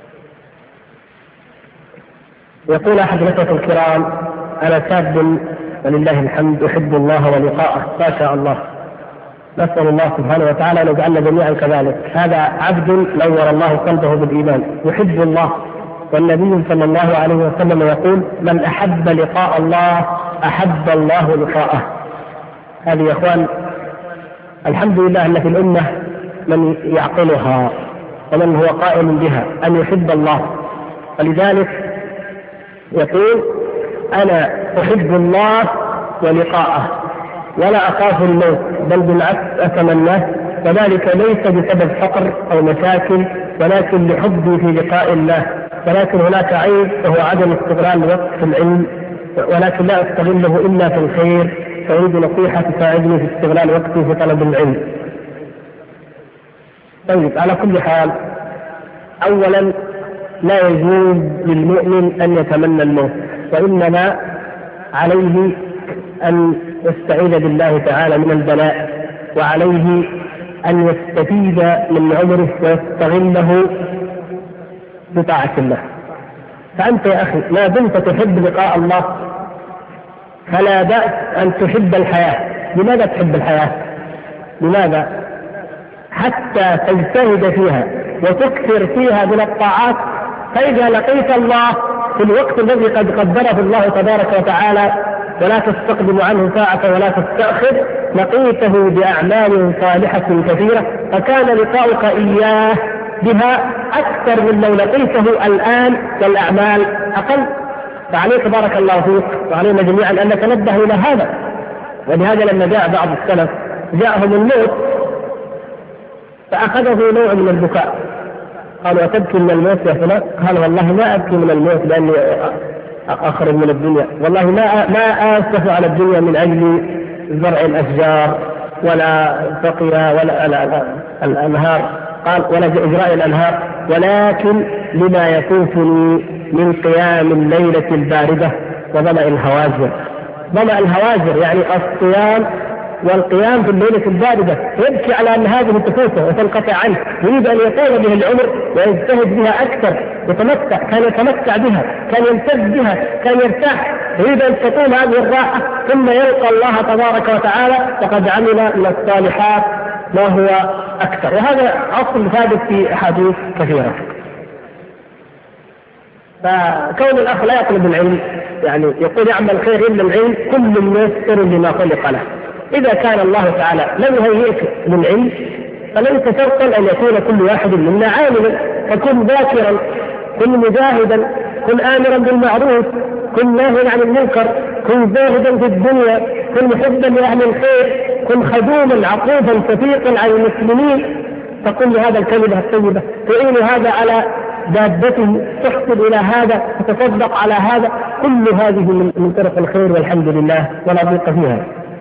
يقول أحد الأخوة الكرام: أنا شاب ولله الحمد أحب الله ولقاءه. ما شاء الله، نسأل الله سبحانه وتعالى أن يجعلنا جميعا كذلك. هذا عبد نور الله قلبه بالإيمان، يحب الله، والنبي صلى الله عليه وسلم يقول: من أحب لقاء الله أحب الله لقاءه. هذه يا إخوان الحمد لله أن في الأمة من يعقلها ومن هو قائم بها، أن يحب الله. ولذلك يقول: أنا أحب الله ولقاءه ولا أخاف الموت، بل بالعكس أتمناه، وذلك ليس بسبب فقر أو مشاكل، ولكن لحبي في لقاء الله. ولكن هناك عيب وهو عدم استغلال الوقت في العلم، ولكن لا أستغله إلا في الخير، فأريد نصيحة تساعدني في استغلال وقتي في طلب العلم. طيب، على كل حال، أولا لا يجوز للمؤمن أن يتمنى الموت، وإنما عليه أن يستعيذ بالله تعالى من البلاء، وعليه أن يستفيد من عمره ويستغله بطاعة الله. فأنت يا أخي ما دمت تحب لقاء الله فلا بأس أن تحب الحياة. لماذا تحب الحياة؟ لماذا؟ حتى تجتهد فيها وتكثر فيها من الطاعات، فإذا لقيت الله في الوقت الذي قد قدره الله تبارك وتعالى ولا تستقدم عنه ساعة ولا تستأخر، لقيته بأعمال صالحة كثيرة، فكان لقاؤك إياه بها أكثر من لو لقيته الآن والأعمال أقل. فعليك بارك الله فيك وعلينا جميعا أن نتنبه إلى هذا. ولهذا لما جاء بعض السلف جاءهم الموت فأخذه نوع من البكاء، قالوا: أتبكي من الموت يا فلان؟ قال: والله ما أبكي من الموت لأني أخرج من الدنيا، والله ما أسف على الدنيا من أجل زرع الأشجار ولا سقيا ولا الأنهار، قال: ولا إجراء الأنهار، ولكن لما يفوتني من قيام الليلة الباردة وظمأ الهواجر. ظمأ الهواجر يعني الصيام والقيام في الليلة الباردة، يبكي على أن هذه تفوته وتنقطع عنه، يريد أن يطول به العمر ويجتهد بها أكثر، يتمتع، كان يتمتع بها، كان يمتد بها، كان يرتاح، يريد أن تطول هذه الراحة ثم يلقى الله تبارك وتعالى وقد عمل من الصالحات ما هو أكثر. وهذا أصل ثابت في أحاديث كثيرة. فكون الأخ لا يطلب العلم، يعني يقول يعمل خير إلا العلم، كل ميسر لما خلق له. إذا كان الله تعالى لم يهيئك للعلم فليس شرطا أن يكون كل واحد منا عالما، فكن ذاكرا، كن مجاهدا، كن آمرا بالمعروف، كن ناهيا عن المنكر، كن زاهدا في الدنيا، كن محبا لأهل الخير، كن خدوما عقوبا شفيقا على المسلمين، تقول له هذا الكلمة الطيبة، تعين هذا على دابته، تحسن إلى هذا، تتصدق على هذا، كل هذه من طرق الخير والحمد لله ولا ضيق فيها.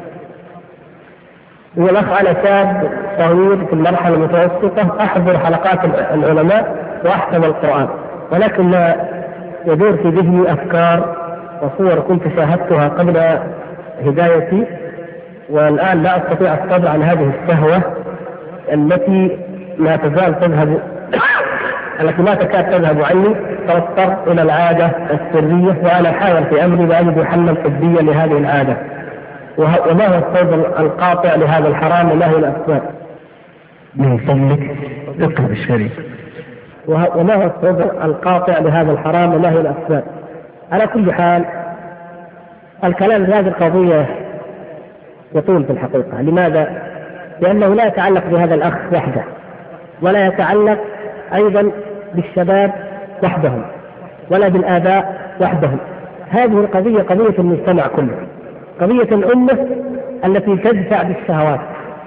والأخ على شاب صغير في المرحلة المتوسطة أحضر حلقات العلماء وأحفظ القرآن، ولكن ما يدور في ذهني أفكار وصور كنت شاهدتها قبل هدايتي، والآن لا أستطيع الصبر عن هذه الشهوة التي لا تزال تذهب التي ما تكاد تذهب عني، فاضطر إلى العادة السرية، وأنا أحاول في أمري وأجد حلا طبيا لهذه العادة. وما هو السبب القاطع لهذا الحرام وما هي الأسباب؟ من فضلك اقرأ الشريف. وما هو السبب القاطع لهذا الحرام وما هي الأسباب؟ على كل حال الكلام في هذه القضية يطول في الحقيقة. لماذا؟ لأنه لا يتعلق بهذا الأخ وحده، ولا يتعلق أيضا بالشباب وحدهم، ولا بالآباء وحدهم. هذه القضية قضية المجتمع كله، قضية الأمة التي تدفع بالشهوات.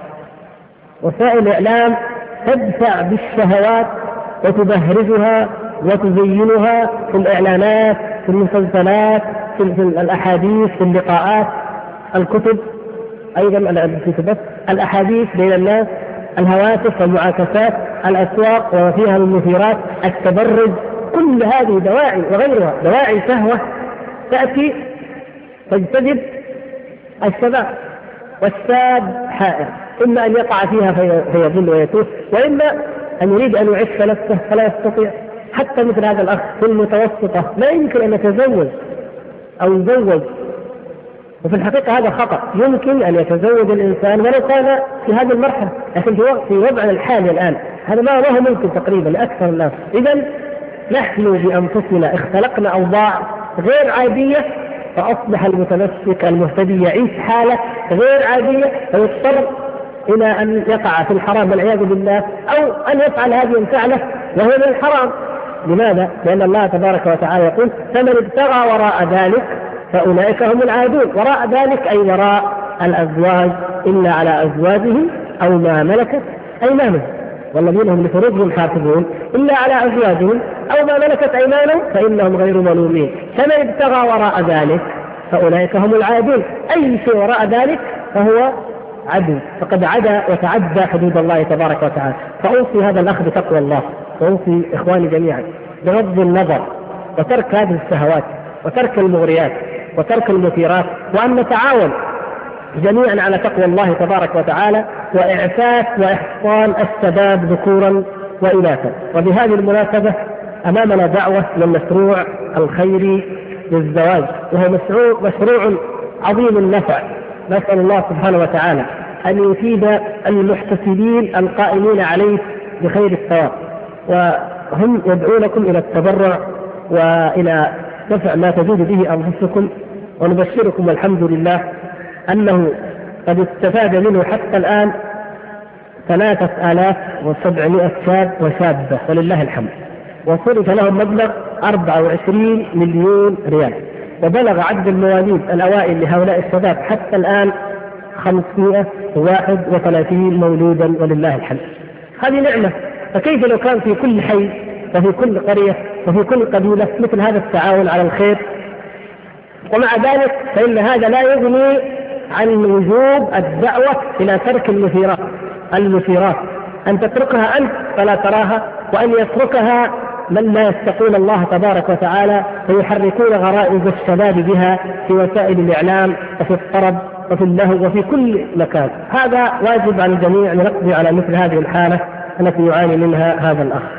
وسائل الإعلام تدفع بالشهوات وتبهرجها وتزينها في الإعلانات، في المسلسلات، في الأحاديث، في اللقاءات، الكتب أيضا التي تبث، الأحاديث بين الناس، الهواتف والمعاكسات، الأسواق وما فيها من مثيرات، التبرج، كل هذه دواعي وغيرها دواعي شهوة تأتي تجتذب الشباب. والشاب حائر، إما أن يقع فيها فيضل ويتوه، وإما أن يريد أن يعف نفسه فلا يستطيع. حتى مثل هذا الأخ في المتوسطة لا يمكن أن يتزوج أو يزوج، وفي الحقيقة هذا خطأ. يمكن أن يتزوج الإنسان ولو كان في هذه المرحلة، لكن في وضعنا الحالي الآن هذا ما هو ممكن تقريبا لأكثر الناس. إذن نحن بأنفسنا اختلقنا أوضاع غير عادية، فأصبح المتمسك المهتدي يعيش حالة غير عادية، فيضطر إلى أن يقع في الحرام والعياذ بالله، أو أن يفعل هذه الفعلة وهو من الحرام. لماذا؟ لأن الله تبارك وتعالى يقول: فمن ابتغى وراء ذلك فأولئك هم العادون. وراء ذلك أي وراء الأزواج إلا على أزواجهم أو ما ملكت أيمانهم، والذين هم لفروجهم حافظون إلا على أزواجهم أو ما ملكت أيمانهم فإنهم غير ملومين. فمن ابتغى وراء ذلك فأولئك هم العادون. أي شيء وراء ذلك فهو عدو، فقد عدا وتعدى حدود الله تبارك وتعالى. فأوصي هذا الأخ بتقوى الله، وأوصي إخواني جميعا بغض النظر وترك هذه الشهوات وترك المغريات وترك المثيرات، وأن نتعاون جميعا على تقوى الله تبارك وتعالى وإعفاف وإحصان الشباب ذكورا وإناثا. وبهذه المناسبة أمامنا دعوة للمشروع الخيري للزواج، وهو مشروع عظيم النفع. نسأل الله سبحانه وتعالى أن يفيد المحتسبين القائمين عليه بخير الثواب، وهم يدعونكم إلى التبرع وإلى دفع ما تجود به أنفسكم. ونبشركم والحمد لله أنه قد استفاد منه حتى الآن 3700 شاب وشابة ولله الحمد، وصرف لهم مبلغ 24 مليون ريال، وبلغ عدد المواليد الأوائل لهؤلاء الشباب حتى الآن 531 مولودا ولله الحمد. هذه نعمة. فكيف لو كان في كل حي وفي كل قرية وفي كل قبيلة مثل هذا التعاون على الخير؟ ومع ذلك فإن هذا لا يغني عن وجوب الدعوة إلى ترك المثيرات، أن تتركها أنت فلا تراها، وأن يتركها من لا يتقون الله تبارك وتعالى فيحركون غرائز الشباب بها في وسائل الإعلام وفي الطرب وفي اللهو وفي كل مكان. هذا واجب على الجميع لنقضي على مثل هذه الحالة التي يعاني منها هذا الأخ.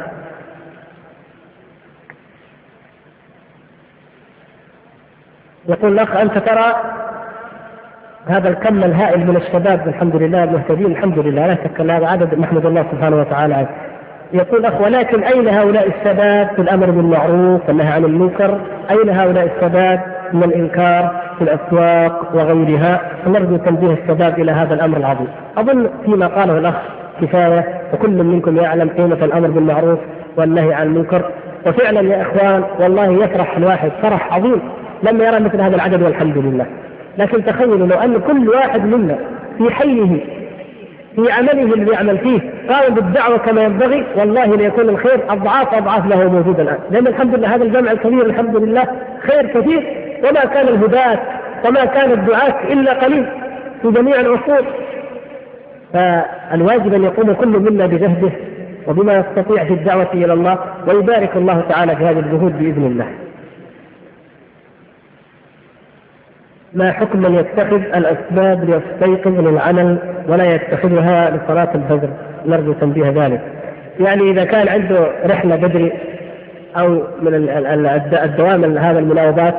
يقول الأخ: أنت ترى هذا الكم الهائل من الشباب الحمد لله المهتدين، الحمد لله لا شك أن هذا عدد نحمد الله سبحانه وتعالى عنه. يقول أخ: ولكن أين هؤلاء الشباب في الأمر بالمعروف والنهي عن المنكر؟ أين هؤلاء الشباب من الإنكار في الأسواق وغيرها؟ فنرجو تنبيه الشباب إلى هذا الأمر العظيم. أظن فيما قاله الأخ كفاية، وكل منكم يعلم قيمة الأمر بالمعروف والنهي عن المنكر. وفعلا يا إخوان والله يفرح الواحد فرح عظيم لما يرى مثل هذا العدد والحمد لله. لكن تخيلوا لو أن كل واحد منا في حيه في عمله الذي يعمل فيه قام بالدعوة كما ينبغي، والله ليكون الخير أضعاف أضعاف له موجود الآن. لأن الحمد لله هذا الجمع الكبير الحمد لله خير كثير، وما كان الهداة وما كان الدعاة إلا قليل في جميع العصور. فالواجب أن يقوم كل منا بجهده وبما يستطيع في الدعوة إلى الله، ويبارك الله تعالى في هذه الجهود بإذن الله. ما حكم من يتخذ الأسباب ليستيقظ للعمل ولا يتخذها لصلاة الفجر؟ نرجو تنبيه ذلك. يعني إذا كان عنده رحلة بدري أو من الدوام هذا المناوبات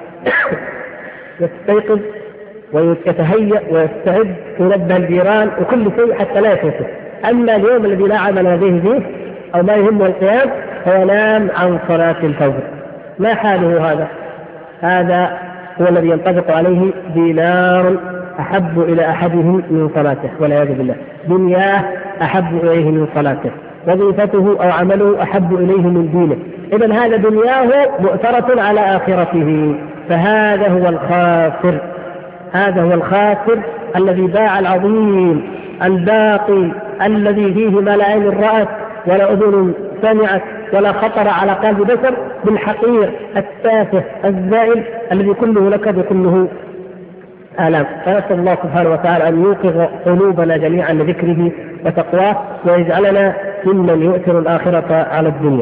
يستيقظ ويتهيأ ويستعد وينبه الجيران وكل شيء حتى لا يفوته. أما اليوم الذي لا عمل لديه فيه أو ما يهمه القيام فينام عن صلاة الفجر، ما حاله هذا؟ هذا هو الذي ينطبق عليه دينار أحب إلى أحدهم من صلاته والعياذ بالله، دنياه أحب إليه من صلاته، وظيفته أو عمله أحب إليه من دينه. إذن هذا دنياه مؤثرة على آخرته، فهذا هو الخاسر. هذا هو الخاسر الذي باع العظيم الباقي الذي فيه ما لا عين رأت ولا أذن سمعت ولا خطر على قلب بشر بالحقير التافه الزائل الذي كله لك وكله آلام. فنسأل الله سبحانه وتعالى أن يوقظ قلوبنا جميعا لذكره وتقواه ويجعلنا ممن يؤثر الآخرة على الدنيا.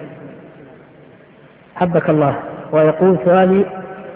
حبك الله. ويقول سؤالي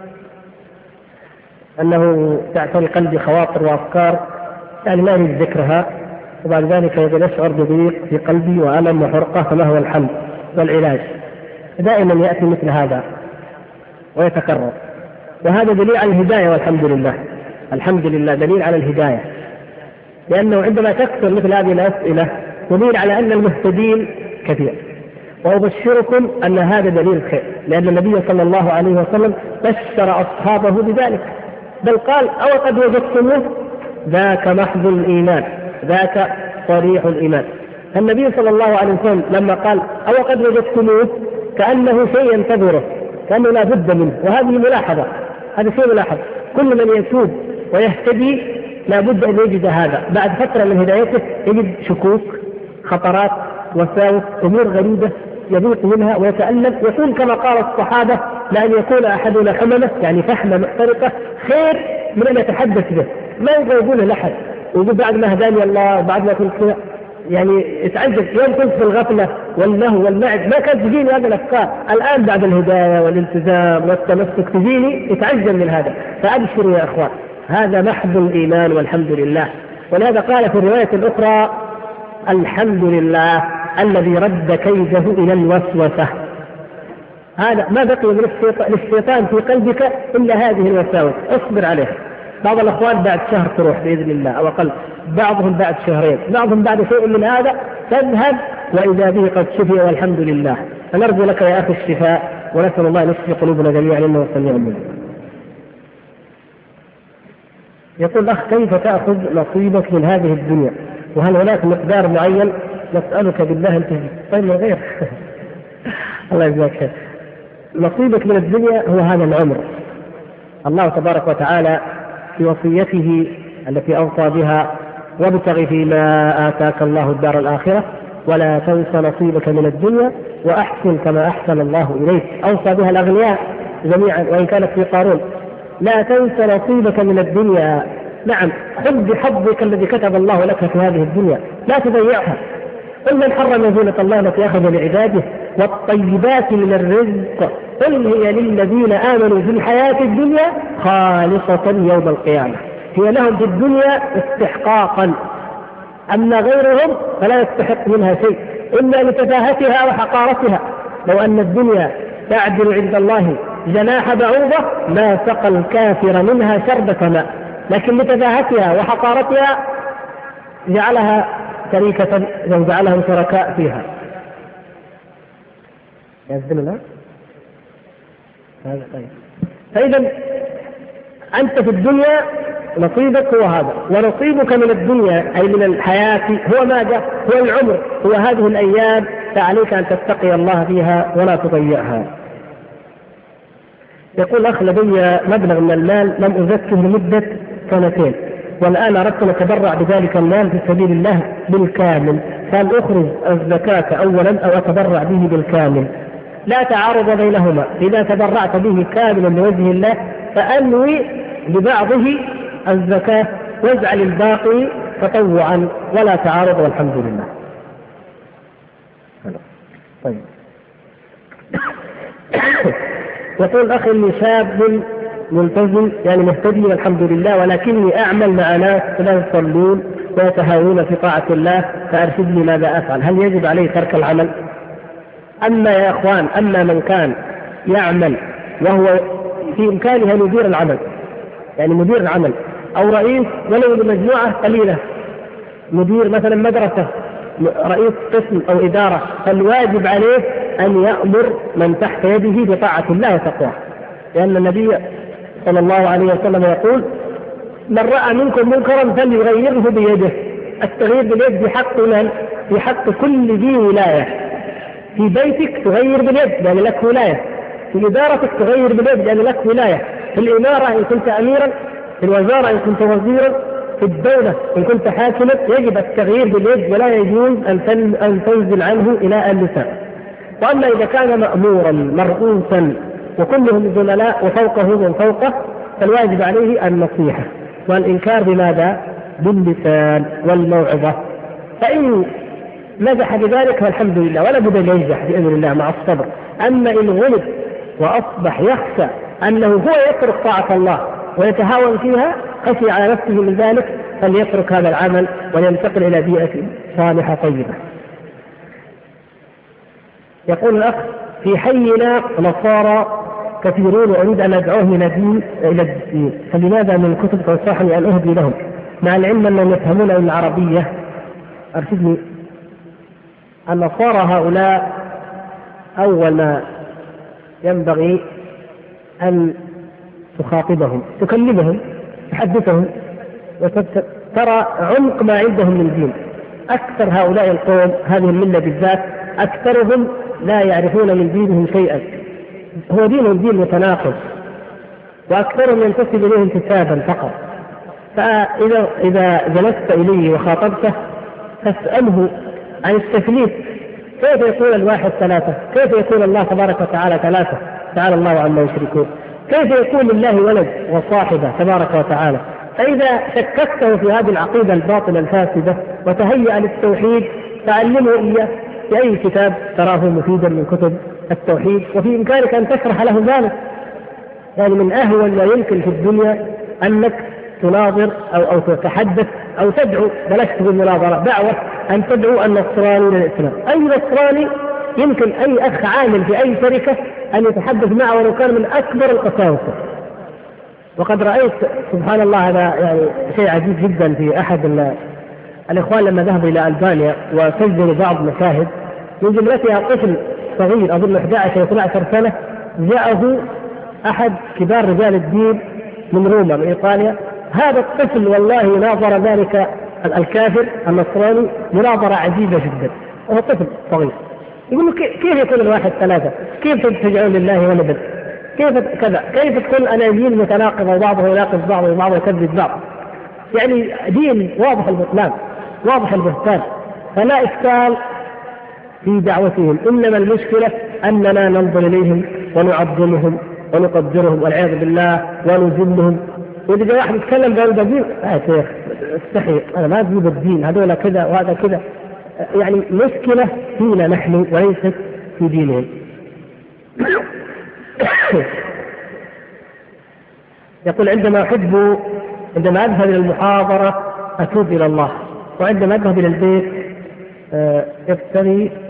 أنه تعتري قلبي خواطر وأفكار يعني ما أريد ذكرها، وبعد ذلك يشعر بضيق في قلبي وألم وحرقة، فما هو الحل والعلاج؟ دائما يأتي مثل هذا ويتكرر، وهذا دليل على الهداية والحمد لله. الحمد لله دليل على الهداية، لأنه عندما تكثر مثل هذه الأسئلة دليل على أن المهتدين كثير. وأبشركم أن هذا دليل خير، لأن النبي صلى الله عليه وسلم بشر أصحابه بذلك، بل قال أو قد وجدتموه ذاك محض الإيمان، ذاك صريح الإيمان. النبي صلى الله عليه وسلم لما قال أو قد وجدتموه كأنه شيء ينتظره، كأنه لا بد منه. وهذه ملاحظة، هذا شيء ملاحظ، كل من يتوب ويهتدي لا بد أن يجد هذا بعد فترة من هدايته، يجد شكوك، خطرات، وساوس، أمور غريبة يضيق منها ويتألم. يقول كما قال الصحابة لأن يكون أحدنا حممة يعني فحمة محترقة خير من أن يتحدث به، ما يقوله لأحد. ويقول بعد ما هداني الله بعد ما كنت يعني يتعجب، يوم كنت في الغفلة واللهو واللعب ما كانت تجيني هذه الأفكار، الآن بعد الهداية والالتزام والتمسك تجيني، يتعجب من هذا. فأبشروا يا أخوان، هذا محض الإيمان والحمد لله. ولهذا قال في الرواية الأخرى الحمد لله الذي رد كيده إلى الوسوسة. هذا ما بقي من الشيطان في قلبك إلا هذه الوساوس، اصبر عليها. بعض الأخوان بعد شهر تروح بإذن الله أو أقل، بعضهم بعد شهرين، بعضهم بعد شيء من هذا تذهب وإذا به قد شفي والحمد لله. فنرجو لك يا أخي الشفاء، ونسأل الله أن يشفي قلوبنا جميعا إنه سميع مجيب. يقول أخ كيف تأخذ نصيبك من هذه الدنيا؟ وهل هناك مقدار معين؟ نسألك بالله أن تجد. طيب من غير الله يجزاك خير. نصيبك من الدنيا هو هذا العمر. الله تبارك وتعالى في وصيته التي أوصى بها وابتغ فيما آتاك الله الدار الآخرة ولا تنس نصيبك من الدنيا وأحسن كما أحسن الله إليك. أوصى بها الأغنياء جميعا وإن كانت في قارون. لا تنس نصيبك من الدنيا. نعم، خذ بحظك الذي كتب الله لك في هذه الدنيا، لا تضيعها. قل من حرم زينة الله التي أخذ لعباده والطيبات من الرزق قل هي للذين آمنوا في الحياة الدنيا خالصة يوم القيامة. هي لهم في الدنيا استحقاقا، أما غيرهم فلا يستحق منها شيء إلا لتفاهتها وحقارتها. لو أن الدنيا تعدل عند الله جناح بعوضة ما سقى الكافر منها شربة ماء، لكن لتفاهتها وحقارتها جعلها شريكة وجعلهم شركاء فيها. يزدن الله هذا طيب. فإذا أنت في الدنيا نصيبك هو هذا، ونصيبك من الدنيا أي من الحياة هو ماذا؟ هو العمر، هو هذه الأيام، فعليك أن تتقي الله فيها ولا تضيعها. يقول أخ لدي مبلغ من المال لم أزكه لمدة 2 والآن أردت أن أتبرع بذلك المال في سبيل الله بالكامل، فهل أخرج الزكاة أولا أو أتبرع به بالكامل؟ لا تعارض بينهما، إذا تبرعت به كاملا لوجه الله فأنوي ببعضه الزكاة واجعل الباقي تطوعا، ولا تعارض والحمد لله. طيب. يقول أخي إني شاب ملتزم يعني مهتدي والحمد لله، ولكني أعمل مع ناس لا يصلون ويتهاونون في طاعة الله، فأرشدني ماذا أفعل؟ هل يجب عليه ترك العمل؟ أما يا أخوان، أما من كان يعمل وهو في إمكانه أن يدير العمل، يعني مدير العمل أو رئيس ولو لمجموعة قليلة، مدير مثلا مدرسة، رئيس قسم أو إدارة، فالواجب عليه أن يأمر من تحت يده بطاعة الله وتقواه، لأن النبي صلى الله عليه وسلم يقول: من رأى منكم منكرا فليغيره بيده. التغيير باليد بحق من؟ بحق كل ذي ولاية. في بيتك تغير باليد لأن لك ولاية، في إدارتك تغير باليد لأن لك ولاية، في الإمارة إن كنت أميرا، في الوزارة إن كنت وزيرا، في الدولة إن كنت حاكما، يجب التغيير باليد ولا يجوز أن تنزل عنه إلى اللسان. وأما إذا كان مأمورا مرؤوسا وكلهم زملاء وفوقه من فوقه، فالواجب عليه النصيحة والإنكار بماذا؟ باللسان والموعظة. فإن نجح بذلك فالحمد لله، ولا بد أن ينجح بإذن الله مع الصبر. أما إن غلب وأصبح يخشى أنه هو يترك طاعة الله ويتهاون فيها، خشي على نفسه من ذلك، فليترك هذا العمل وينتقل إلى بيئة صالحة طيبة. يقول الأخ: في حينا نصارى كثيرون وأريد أن أدعوهم إلى الدين، فلماذا من كتب تنصحني أن أهدي لهم مع العلم أنهم يفهمون العربية؟ أرشدني. النصارى هؤلاء أول ما ينبغي أن تخاطبهم، تكلمهم، تحدثهم، وترى عمق ما عندهم من دين. أكثر هؤلاء القوم، هذه الملة بالذات، أكثرهم لا يعرفون من دينهم شيئا، هو دينهم دين متناقض، وأكثرهم ينتسب إليه انتسابا فقط. فإذا جلست إليه وخاطبته فاسأله عن التثليث، كيف يقول الواحد ثلاثة؟ كيف يقول الله تبارك وتعالى ثلاثة؟ تعالى الله عما يشركون. كيف يكون لله ولد وصاحبة تبارك وتعالى؟ فإذا شككته في هذه العقيدة الباطلة الفاسدة وتهيأ للتوحيد، تعلمه إياه بأي كتاب تراه مفيدا من كتب التوحيد، وفي إمكانك أن تشرح له ذلك. يعني من أهون ما يمكن في الدنيا أنك تناظر أو تتحدث أو تدعو، بلاش تقول مناظرة، دعوة، أن تدعو النصراني للإسلام. أي نصراني يمكن أي أخ عامل في أي شركة أن يتحدث معه ولو كان من أكبر القساوسة. وقد رأيت سبحان الله هذا يعني شيء عجيب جدا في أحد الإخوان لما ذهبوا إلى ألبانيا وسجلوا بعض مشاهد، من جملتها طفل صغير أظن 11 أو 12 سنة، جاءه أحد كبار رجال الدين من روما من إيطاليا. هذا الطفل والله ناظر ذلك الكافر النصراني مناظرة عجيبة جدا، وهو طفل صغير. يقول له: كيف يكون الواحد ثلاثة؟ كيف تجعلون لله ولدا؟ كيف كذا؟ كيف تكون أناجيل متناقضة وبعضها يناقض بعض وبعضها يكذب بعض؟ يعني دين واضح البطلان، واضح البهتان، فلا إشكال في دعوتهم. إنما المشكلة أننا ننظر إليهم ونعظمهم ونقدرهم والعياذ بالله ونذلهم. وإذا جاء واحد يتكلم بهذا الدين: يا شيخ استحي، أنا ما أجيب الدين، هذول كذا وهذا كذا. يعني مشكلة فينا نحن وليست في دينهم. يقول: عندما أذهب إلى المحاضرة أتوب إلى الله، وعندما أذهب إلى البيت أبتغي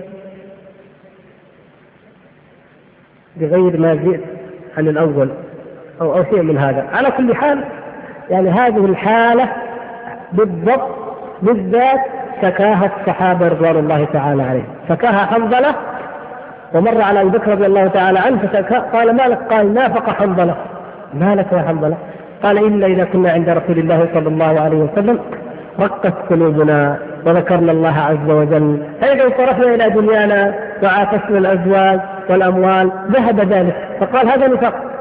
بغير ما جئت عن الأول أو شيء من هذا. على كل حال يعني هذه الحالة بالضبط بالذات شكاها الصحابة رضوان الله تعالى عليهم، شكاها حنظلة، ومر على أبي بكر رضي الله تعالى عنه فشكا، قال: ما لك؟ قال: نافق حنظلة. ما لك يا حنظلة؟ قال: إلا إذا كنا عند رسول الله صلى الله عليه وسلم رقت قلوبنا وذكرنا الله عز وجل، فإذا انصرفنا إلى دنيانا وعاكسنا الأزواج والأموال ذهب ذلك. فقال: هذا نفاق.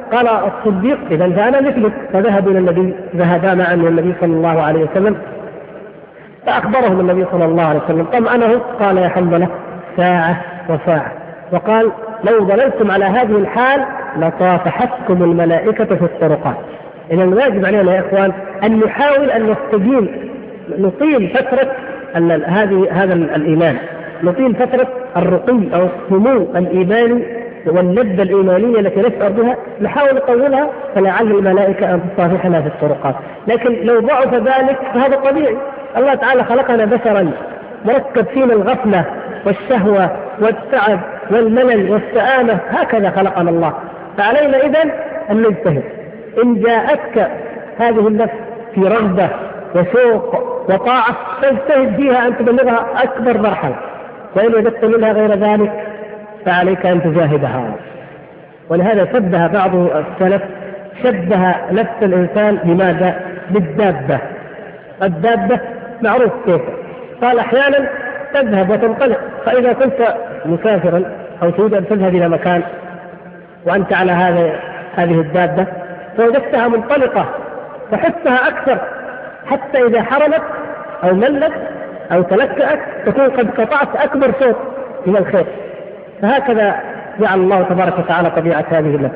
قال الصديق إذا فأنا مثلك، فذهبوا إلى النبي، ذهبا معا إلى النبي صلى الله عليه وسلم، فأخبرهم النبي صلى الله عليه وسلم طمأنه، قال يا حنظلة ساعة وساعة، وقال لو ظللتم على هذه الحال لصافحتكم الملائكة في الطرقات. إذا الواجب علينا يا إخوان أن نحاول أن نستدين، نطيل فترة هذا الإيمان، نطيل فترة الرقي أو السمو الإيماني واللذة الإيمانية التي نشعر بها، نحاول نطولها فلعل الملائكة أن تصافحنا في الطرقات. لكن لو ضعف ذلك فهذا طبيعي، الله تعالى خلقنا بشرا مركب فينا الغفلة والشهوة والتعب والملل والسآمة، هكذا خلقنا الله. فعلينا إذن أن نجتهد. إن جاءتك هذه النفس في رغبة وشوق وطاعة فاجتهد فيها أن تبلغها أكبر مرحلة، وإن وجدت منها غير ذلك فعليك أن تجاهدها. ولهذا شبه بعض السلف، شبه نفس الإنسان بماذا؟ بالدابة. الدابة معروف كيف، قال أحيانا تذهب وتنطلق، فإذا كنت مسافرا أو تريد أن تذهب إلى مكان وأنت على هذه الدابة فوجدتها منطلقة فحثها أكثر، حتى إذا حرمت أو ملت أو تلكأت تكون قد قطعت أكبر شوط من الخير. فهكذا جعل الله تبارك وتعالى طبيعة هذه النفس.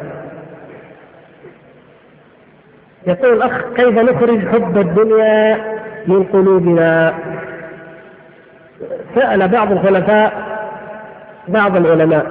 يقول الأخ كيف نخرج حب الدنيا من قلوبنا؟ سأل بعض الخلفاء بعض العلماء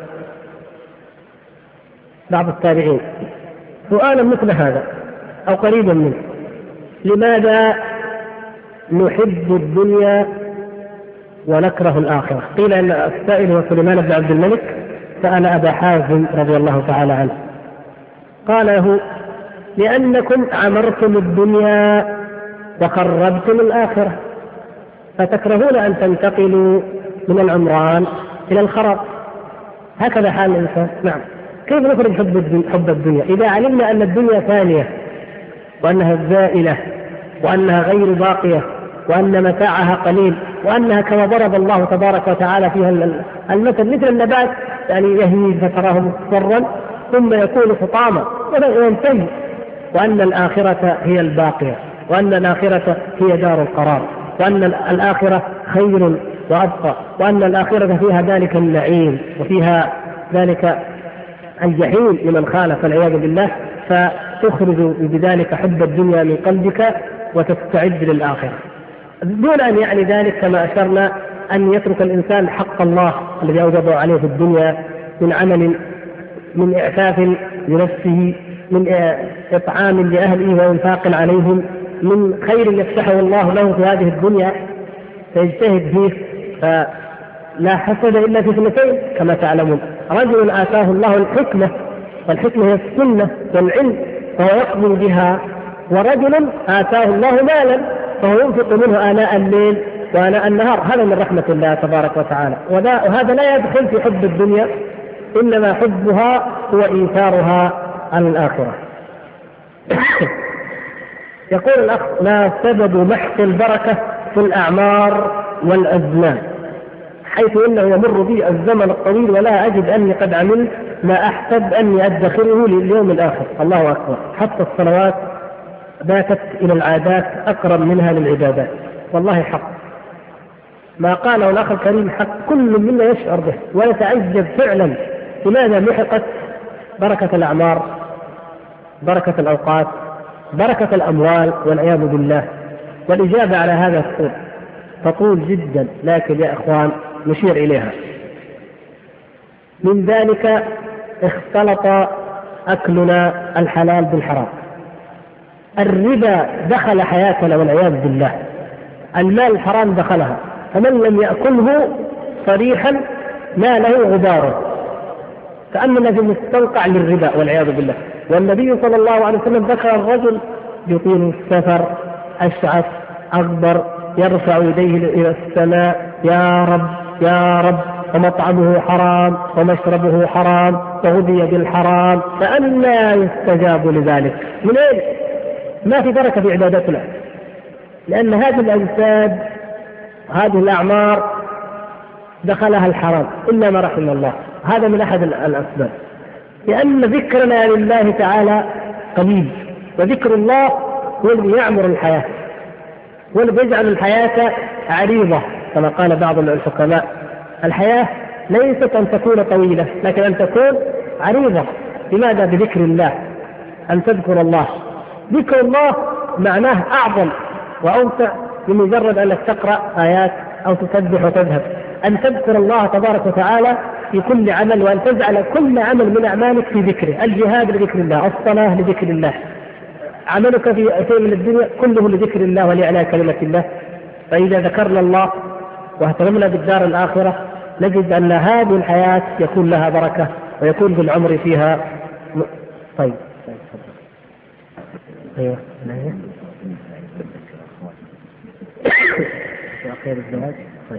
بعض التابعين سؤالا مثل هذا أو قريبا منه: لماذا نحب الدنيا ونكره الآخرة؟ قيل أن السائل هو سليمان بن عبد الملك، سأل أبا حازم رضي الله تعالى عنه، قال له: لأنكم عمرتم الدنيا وخربتم الآخرة، فتكرهون أن تنتقلوا من العمران إلى الخراب. هكذا حال الإنسان. نعم. كيف نخرج حب الدنيا إذا علمنا أن الدنيا ثانية وأنها زائلة وأنها غير باقية وأن متاعها قليل وأنها كما ضرب الله تبارك وتعالى فيها المثل مثل النبات، يعني يهيج فتراه مصفرا ثم يكون حطاما وينتهي، وأن الآخرة هي الباقية، وأن الآخرة هي دار القرار، وأن الآخرة خير وأبقى، وأن الآخرة فيها ذلك النعيم وفيها ذلك الجحيم لمن خالف والعياذ بالله. فتخرج بذلك حب الدنيا من قلبك وتستعد للآخرة، دون أن يعني ذلك كما أشرنا أن يترك الإنسان حق الله الذي أوجبه عليه في الدنيا من عمل، من إعفاف لنفسه، من إطعام لأهله وإنفاق عليهم، من خير يفتحه الله له في هذه الدنيا فيجتهد فيه. فلا حسد إلا في اثنتين كما تعلمون: رجل آتاه الله الحكمة، والحكمة هي السنة والعلم فهو يقضي بها، ورجل آتاه الله مالا فهو ينفق منه آناء الليل وآناء النهار. هذا من رحمة الله تبارك وتعالى، وهذا لا يدخل في حب الدنيا، إنما حبها هو إيثارها على الآخرة. يقول الأخ: ما سبب محق البركة في الأعمار والأزمان، حيث إنه يمر بي الزمن الطويل ولا أجد أني قد عملت ما أحسب أني أدخره لليوم الآخر؟ الله أكبر، حتى الصلوات باتت إلى العادات أقرب منها للعبادات. والله حق ما قاله الأخ الكريم، حق كل منا يشعر به ويتعجب فعلا لماذا محقت بركة الأعمار، بركة الأوقات، بركة الأموال والعياذ بالله. والإجابة على هذا السؤال تطول جدا، لكن يا إخوان نشير إليها. من ذلك اختلط أكلنا الحلال بالحرام، الربا دخل حياتنا والعياذ بالله، المال الحرام دخلها، فمن لم يأكله صريحا ما له غباره، كأننا في مستنقع للربا والعياذ بالله. والنبي صلى الله عليه وسلم ذكر الرجل يطيل السفر أشعث أغبر يرفع يديه إلى السماء: يا رب يا رب، ومطعمه حرام ومشربه حرام وغذي بالحرام، فأنى يستجاب لذلك؟ من أين؟ ما في بركة في عبادتنا، لأن هذه الأجساد هذه الأعمار دخلها الحرام إلا ما رحم الله. هذا من أحد الأسباب. لأن ذكرنا لله تعالى قليل، وذكر الله هو الذي يعمر الحياة، هو الذي يجعل الحياة عريضة كما قال بعض الحكماء. الحياة ليست أن تكون طويلة لكن أن تكون عريضة. لماذا؟ بذكر الله، أن تذكر الله. ذكر الله معناه أعظم وأوسع من مجرد أنك تقرأ آيات أو تسبح وتذهب. أن تذكر الله تبارك وتعالى في كل عمل، وأن تجعل كل عمل من أعمالك في ذكره. الجهاد لذكر الله، الصلاة لذكر الله، عملك في شيء من الدنيا كله لذكر الله ولإعلاء كلمة الله. فإذا ذكرنا الله واهتممنا بالدار الآخرة نجد أن هذه الحياة يكون لها بركة ويكون بالعمر فيها طيب. أيوة. أخير الزواج. طيب.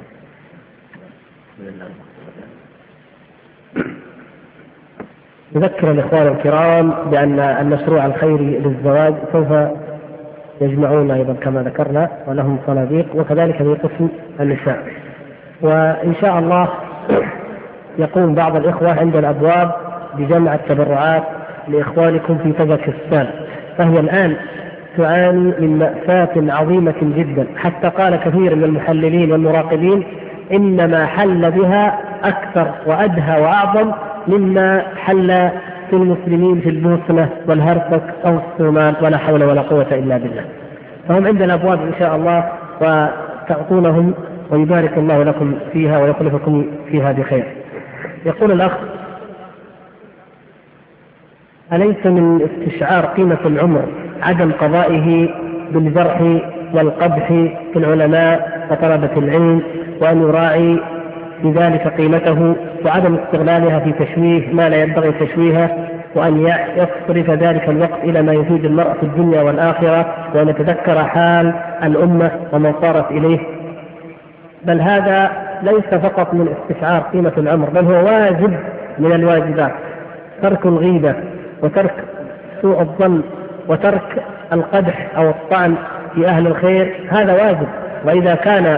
نذكر الإخوان الكرام بأن المشروع الخيري للزواج سوف يجمعون أيضا كما ذكرنا، ولهم صناديق، وكذلك في قسم النساء. وإن شاء الله يقوم بعض الإخوة عند الأبواب بجمع التبرعات لإخوانكم في تاجكستان، فهي الآن تعاني من مأساة عظيمة جدا، حتى قال كثير من المحللين والمراقبين إن ما حل بها أكثر وأدهى وأعظم مما حل في المسلمين في البوسنة والهرسك أو الصومال، ولا حول ولا قوة إلا بالله. فهم عند الأبواب إن شاء الله، وتعطونهم ويبارك الله لكم فيها ويخلفكم فيها بخير. يقول الأخ: أليس من استشعار قيمة العمر عدم قضائه بالجرح والقبح في العلماء وطلبة العلم، وأن يراعي بذلك قيمته وعدم استغلالها في تشويه ما لا ينبغي تشويهه، وأن يصرف ذلك الوقت إلى ما يفيد المرء في الدنيا والآخرة، وأن يتذكر حال الأمة ومن صارت إليه؟ بل هذا ليس فقط من استشعار قيمة العمر، بل هو واجب من الواجبات. ترك الغيبة وترك سوء الظن وترك القدح أو الطعن في أهل الخير، هذا واجب. وإذا كان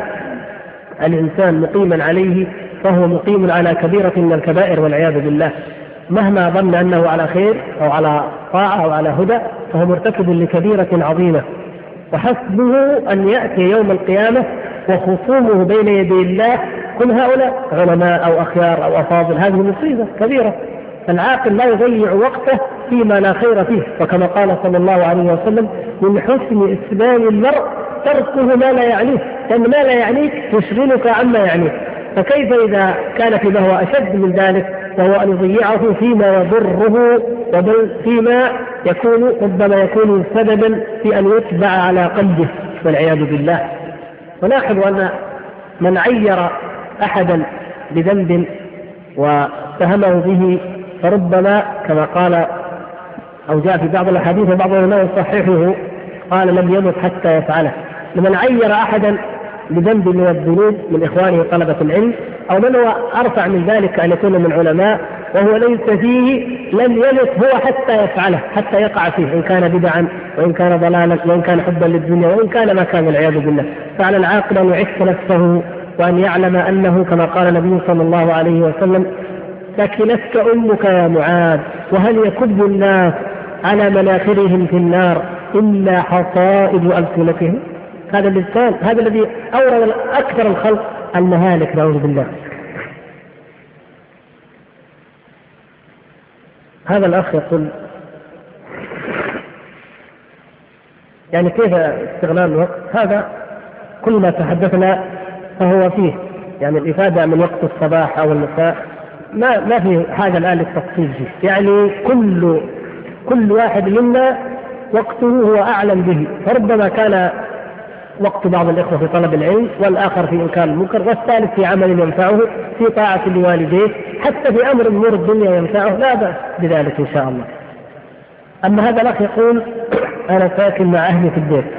الإنسان مقيما عليه فهو مقيم على كبيرة من الكبائر والعياذ بالله، مهما ظن أنه على خير أو على طاعة أو على هدى فهو مرتكب لكبيرة عظيمة. وحسبه أن يأتي يوم القيامة وخصومه بين يدي الله كل هؤلاء علماء أو أخيار أو أفاضل. هذه مصيبة كبيرة. العاقل لا يضيع وقته فيما لا خير فيه، وكما قال صلى الله عليه وسلم: من حسن إسلام المرء تركه ما لا يعنيه، لأن ما لا يعنيك يشغلك عما يعنيك. فكيف إذا كان في هو أشد من ذلك، وهو أن يضيعه فيما يضره، وبل فيما يكون ربما يكون سببا في أن يتبع على قلبه والعياذ بالله. ونلاحظ أن من عير أحدا بذنب واتهمه به فربما كما قال أو جاء في بعض الأحاديث وبعض العلماء يصححه قال: لم يمت حتى يفعله. لمن عير أحدا بذنب من الذنوب من إخوانه طلبة العلم، أو من هو أرفع من ذلك أن يكون من علماء وهو ليس فيه، لم يمت هو حتى يفعله، حتى يقع فيه، إن كان بدعا وإن كان ضلالا وإن كان حبا للدنيا وإن كان ما كان والعياذ بالله. فعلى العاقل أن يعف نفسه وأن يعلم أنه كما قال النبي صلى الله عليه وسلم: ثكلتك أمك يا معاذ، وهل يكب الناس على مناخرهم في النار إلا حصائد ألسنتهم. هذا اللسان هذا الذي أورد أكثر الخلق المهالك، نعوذ بالله. هذا الأخ يقول: يعني كيف استغلال الوقت؟ هذا كل ما تحدثنا فهو فيه يعني الإفادة من وقت الصباح أو المساء، ما في حاجة الآن للتفصيل فيه. يعني كل واحد منا وقته هو أعلم به، فربما كان وقت بعض الإخوة في طلب العلم، والآخر في إنكار المنكر، والثالث في عمل ينفعه، في طاعة لوالديه، حتى في أمر أمور الدنيا ينفعه، لا بأس بذلك إن شاء الله. أما هذا الأخ يقول: أنا ساكن مع أهلي في البيت،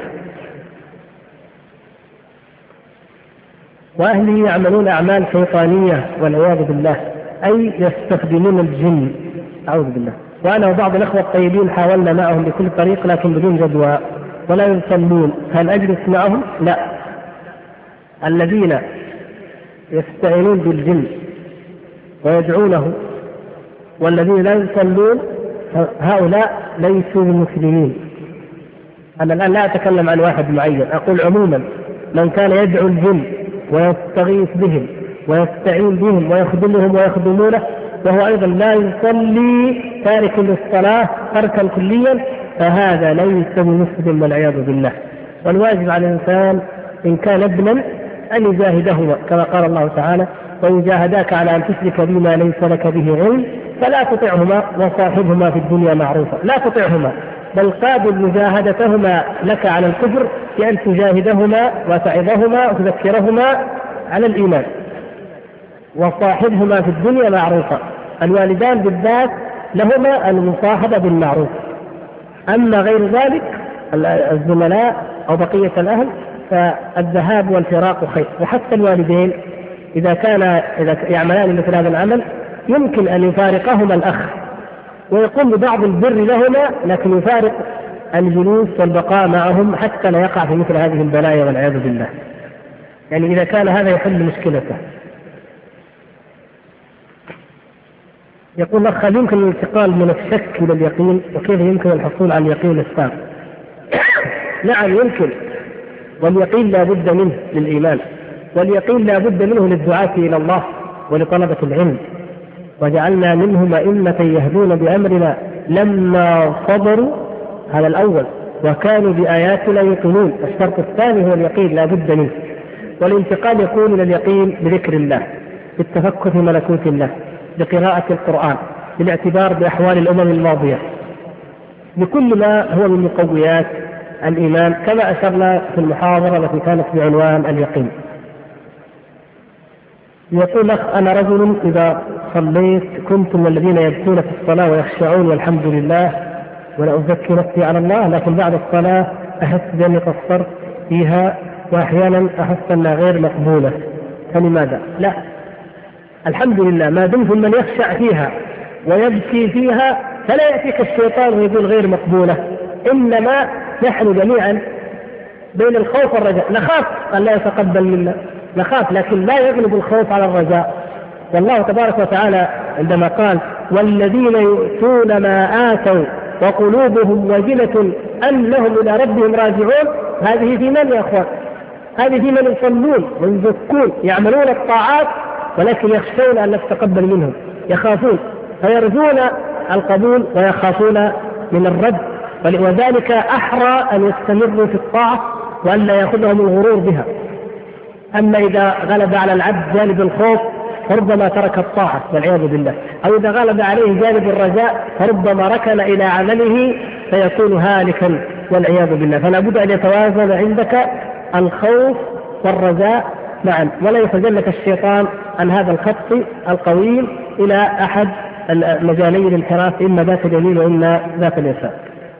وأهلي يعملون أعمال شيطانية والعياذ بالله، أي يستخدمون الجن، أعوذ بالله. وأنا وبعض الأخوة الطيبين حاولنا معهم بكل طريق لكن بدون جدوى، ولا يصلون. هل أجلس معهم؟ لا. الذين يستعينون بالجن ويدعونه والذين لا يصلون هؤلاء ليسوا مسلمين. أنا الآن لا أتكلم عن واحد معين، أقول عموما من كان يدعو الجن ويستغيث بهم ويستعين بهم ويخدمهم ويخدمونه وهو أيضا لا يصلي تارك للصلاة تركا كليا، فهذا ليس بمسلم والعياذ بالله. والواجب على الإنسان إن كان ابنا أن يجاهدهما كما قال الله تعالى: وإن جاهداك على أن تشرك بما ليس لك به علم فلا تطعهما وصاحبهما في الدنيا معروفا. لا تطعهما، بل قابل مجاهدتهما لك على الكفر بأن تجاهدهما وتعظهما وتذكرهما على الإيمان. وصاحبهما في الدنيا معروفا، الوالدان بالذات لهما المصاحبة بالمعروف. أما غير ذلك الزملاء أو بقية الأهل فالذهاب والفراق خير. وحتى الوالدين إذا يعملان مثل هذا العمل يمكن أن يفارقهما الأخ ويقوم ببعض البر لهما، لكن يفارق الجلوس والبقاء معهم حتى لا يقع في مثل هذه البلايا والعياذ بالله. يعني إذا كان هذا يحل مشكلته. يقول الأخ: هل يمكن الانتقال من الشك إلى اليقين؟ وكيف يمكن الحصول على اليقين التام؟ نعم يمكن، واليقين لا بد منه للإيمان، واليقين لا بد منه للدعاة إلى الله ولطلبة العلم. وجعلنا منهم أئمة يهدون بأمرنا لما صبروا، هذا الأول، وكانوا بآياتنا يوقنون. الشرط الثاني هو اليقين لا بد منه. والانتقال يكون إلى اليقين بذكر الله، بالتفكر في ملكوت الله، بقراءة القرآن، بالاعتبار بأحوال الأمم الماضية، بكل ما هو من مقويات الإيمان، كما أشرنا في المحاضرة التي كانت بعنوان اليقين. يقول لك: أنا رجل إذا صليت كنت من الذين يبكون في الصلاة ويخشعون والحمد لله ولا أزكي نفسي على الله، لكن بعد الصلاة أحس بأني قصرت فيها وأحيانا أحس أنها غير مقبولة، فلماذا؟ لا، الحمد لله ما دمت من يخشع فيها ويبكي فيها فلا يأتيك الشيطان ويقول غير مقبولة. إنما نحن جميعا بين الخوف والرجاء، نخاف أن لا يتقبل منا، نخاف، لكن لا يغلب الخوف على الرجاء. والله تبارك وتعالى عندما قال: والذين يؤتون ما آتوا وقلوبهم وجلة أنهم إلى ربهم راجعون، هذه في من يا أخوان؟ هذه في من يصلون ويزكون يعملون الطاعات ولكن يخشون أن تتقبل منهم، يخافون، فيرجون القبول ويخافون من الرد، وذلك أحرى أن يستمروا في الطاعة وأن لا يأخذهم الغرور بها. أما إذا غلب على العبد جانب الخوف فربما ترك الطاعة والعياذ بالله، أو إذا غلب عليه جانب الرجاء فربما ركن إلى عمله فيكون هالكا والعياذ بالله. فلا بد أن يتوازن عندك الخوف والرجاء معا، ولا يتجلك الشيطان عن هذا الخط القويم إلى أحد مجالي الانحراف، إما ذات اليمين وإما ذات اليسار.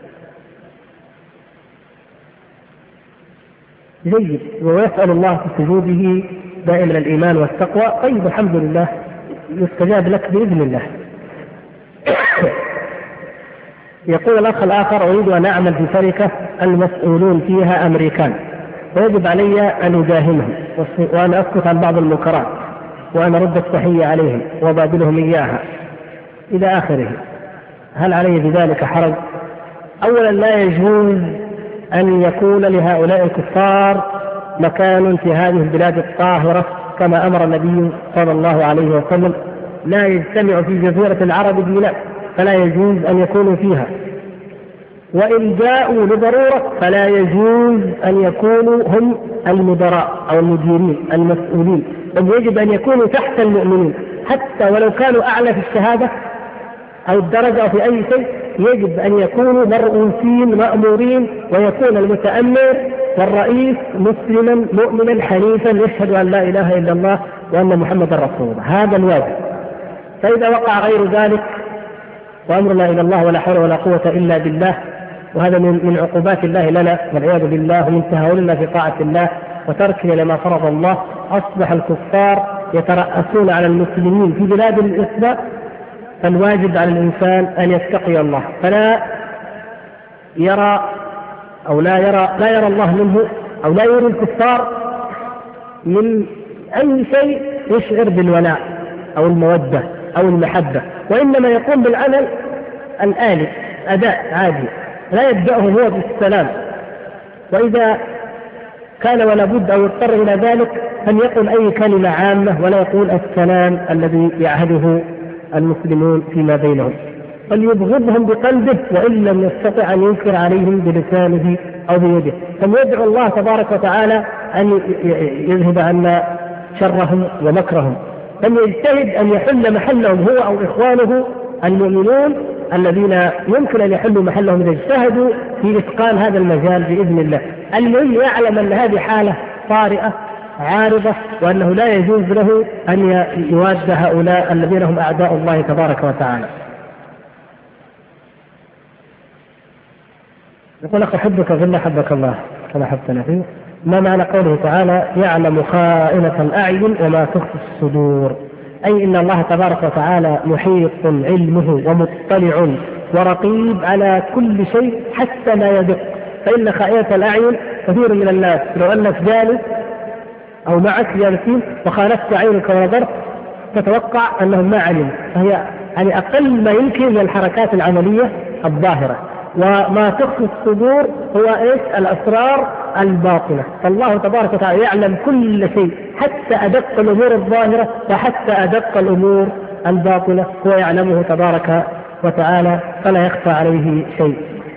جيد. ويسأل الله في سجوده دائما الإيمان والتقوى. طيب الحمد لله يستجاب لك بإذن الله. يقول الأخ الآخر: أريد أن أعمل في شركة المسؤولون فيها أمريكان، ويجب علي أن أداهمهم وأن أسكت عن بعض المنكرات وأن أرد التحية عليهم وأبادلهم إياها إلى آخره، هل علي بذلك حرج؟ أولا لا يجوز أن يكون لهؤلاء الكفار مكان في هذه البلاد الطاهرة كما أمر النبي صلى الله عليه وسلم. لا يجتمع في جزيرة العرب دينار، فلا يجوز أن يكونوا فيها، وإن جاءوا لضرورة فلا يجوز أن يكونوا هم المدراء أو المديرين المسؤولين، بل يجب أن يكونوا تحت المؤمنين، حتى ولو كانوا أعلى في الشهادة أو الدرجة أو في أي شيء، يجب أن يكونوا مرؤوسين مأمورين، ويكون المتأمر والرئيس مسلما مؤمنا حنيفا يشهد أن لا إله إلا الله وأن محمدا رسول الله، هذا الواجب. فإذا وقع غير ذلك وأمرنا إلى الله ولا حول ولا قوة إلا بالله، وهذا من عقوبات الله لنا والعياذ بالله، ومن تهاوننا في طاعة الله وتركنا لما فرض الله، أصبح الكفار يترأسون على المسلمين في بلاد الإسلام. فالواجب على الإنسان أن يتقي الله، فلا يرى أو لا يرى الله منه، أو لا يرى الكفار من أي شيء يشعر بالولاء أو المودة أو المحبة، وإنما يقوم بالعمل الآلي، أداء عادي لا يبدأه هو بالسلام، وإذا كان ولا بد أو يضطر إلى ذلك أن يقول أي كلمة عامة ولا يقول السلام الذي يعهده المسلمون فيما بينهم، فليبغضهم بقلبه وإن لم يستطع أن ينكر عليهم بلسانه أو بيده. فليدعو الله تبارك وتعالى أن يذهب عنا شرهم ومكرهم، فليجتهد أن يحل محلهم هو أو إخوانه المؤمنون الذين يمكن أن يحلوا محلهم إذا اجتهدوا في إتقان هذا المجال بإذن الله. المهم يعلم أن هذه حالة طارئة عارضة، وأنه لا يجوز له أن يواد هؤلاء الذين هم أعداء الله تبارك وتعالى. يقول أخ أحبك في الله حبك الله كما حبتنا فيه. ما معنى قوله تعالى يعلم خائنة الأعين وما تخفي الصدور؟ أي إن الله تبارك وتعالى محيط علمه ومطلع ورقيب على كل شيء حتى لا يدق. فإن خائنة الأعين كثير من الناس لو أنك جالس أو معك جالسين وخالفت عينك ونظرت تتوقع أنهم ما علموا، فهي يعني أقل ما يمكن من الحركات العملية الظاهرة. وما تخفي الصدور هو إيش؟ الأسرار الباطنة. فالله تبارك وتعالى يعلم كل شيء حتى أدق الأمور الظاهرة وحتى أدق الأمور الباطنة هو يعلمه تبارك وتعالى، فلا يخفى عليه شيء.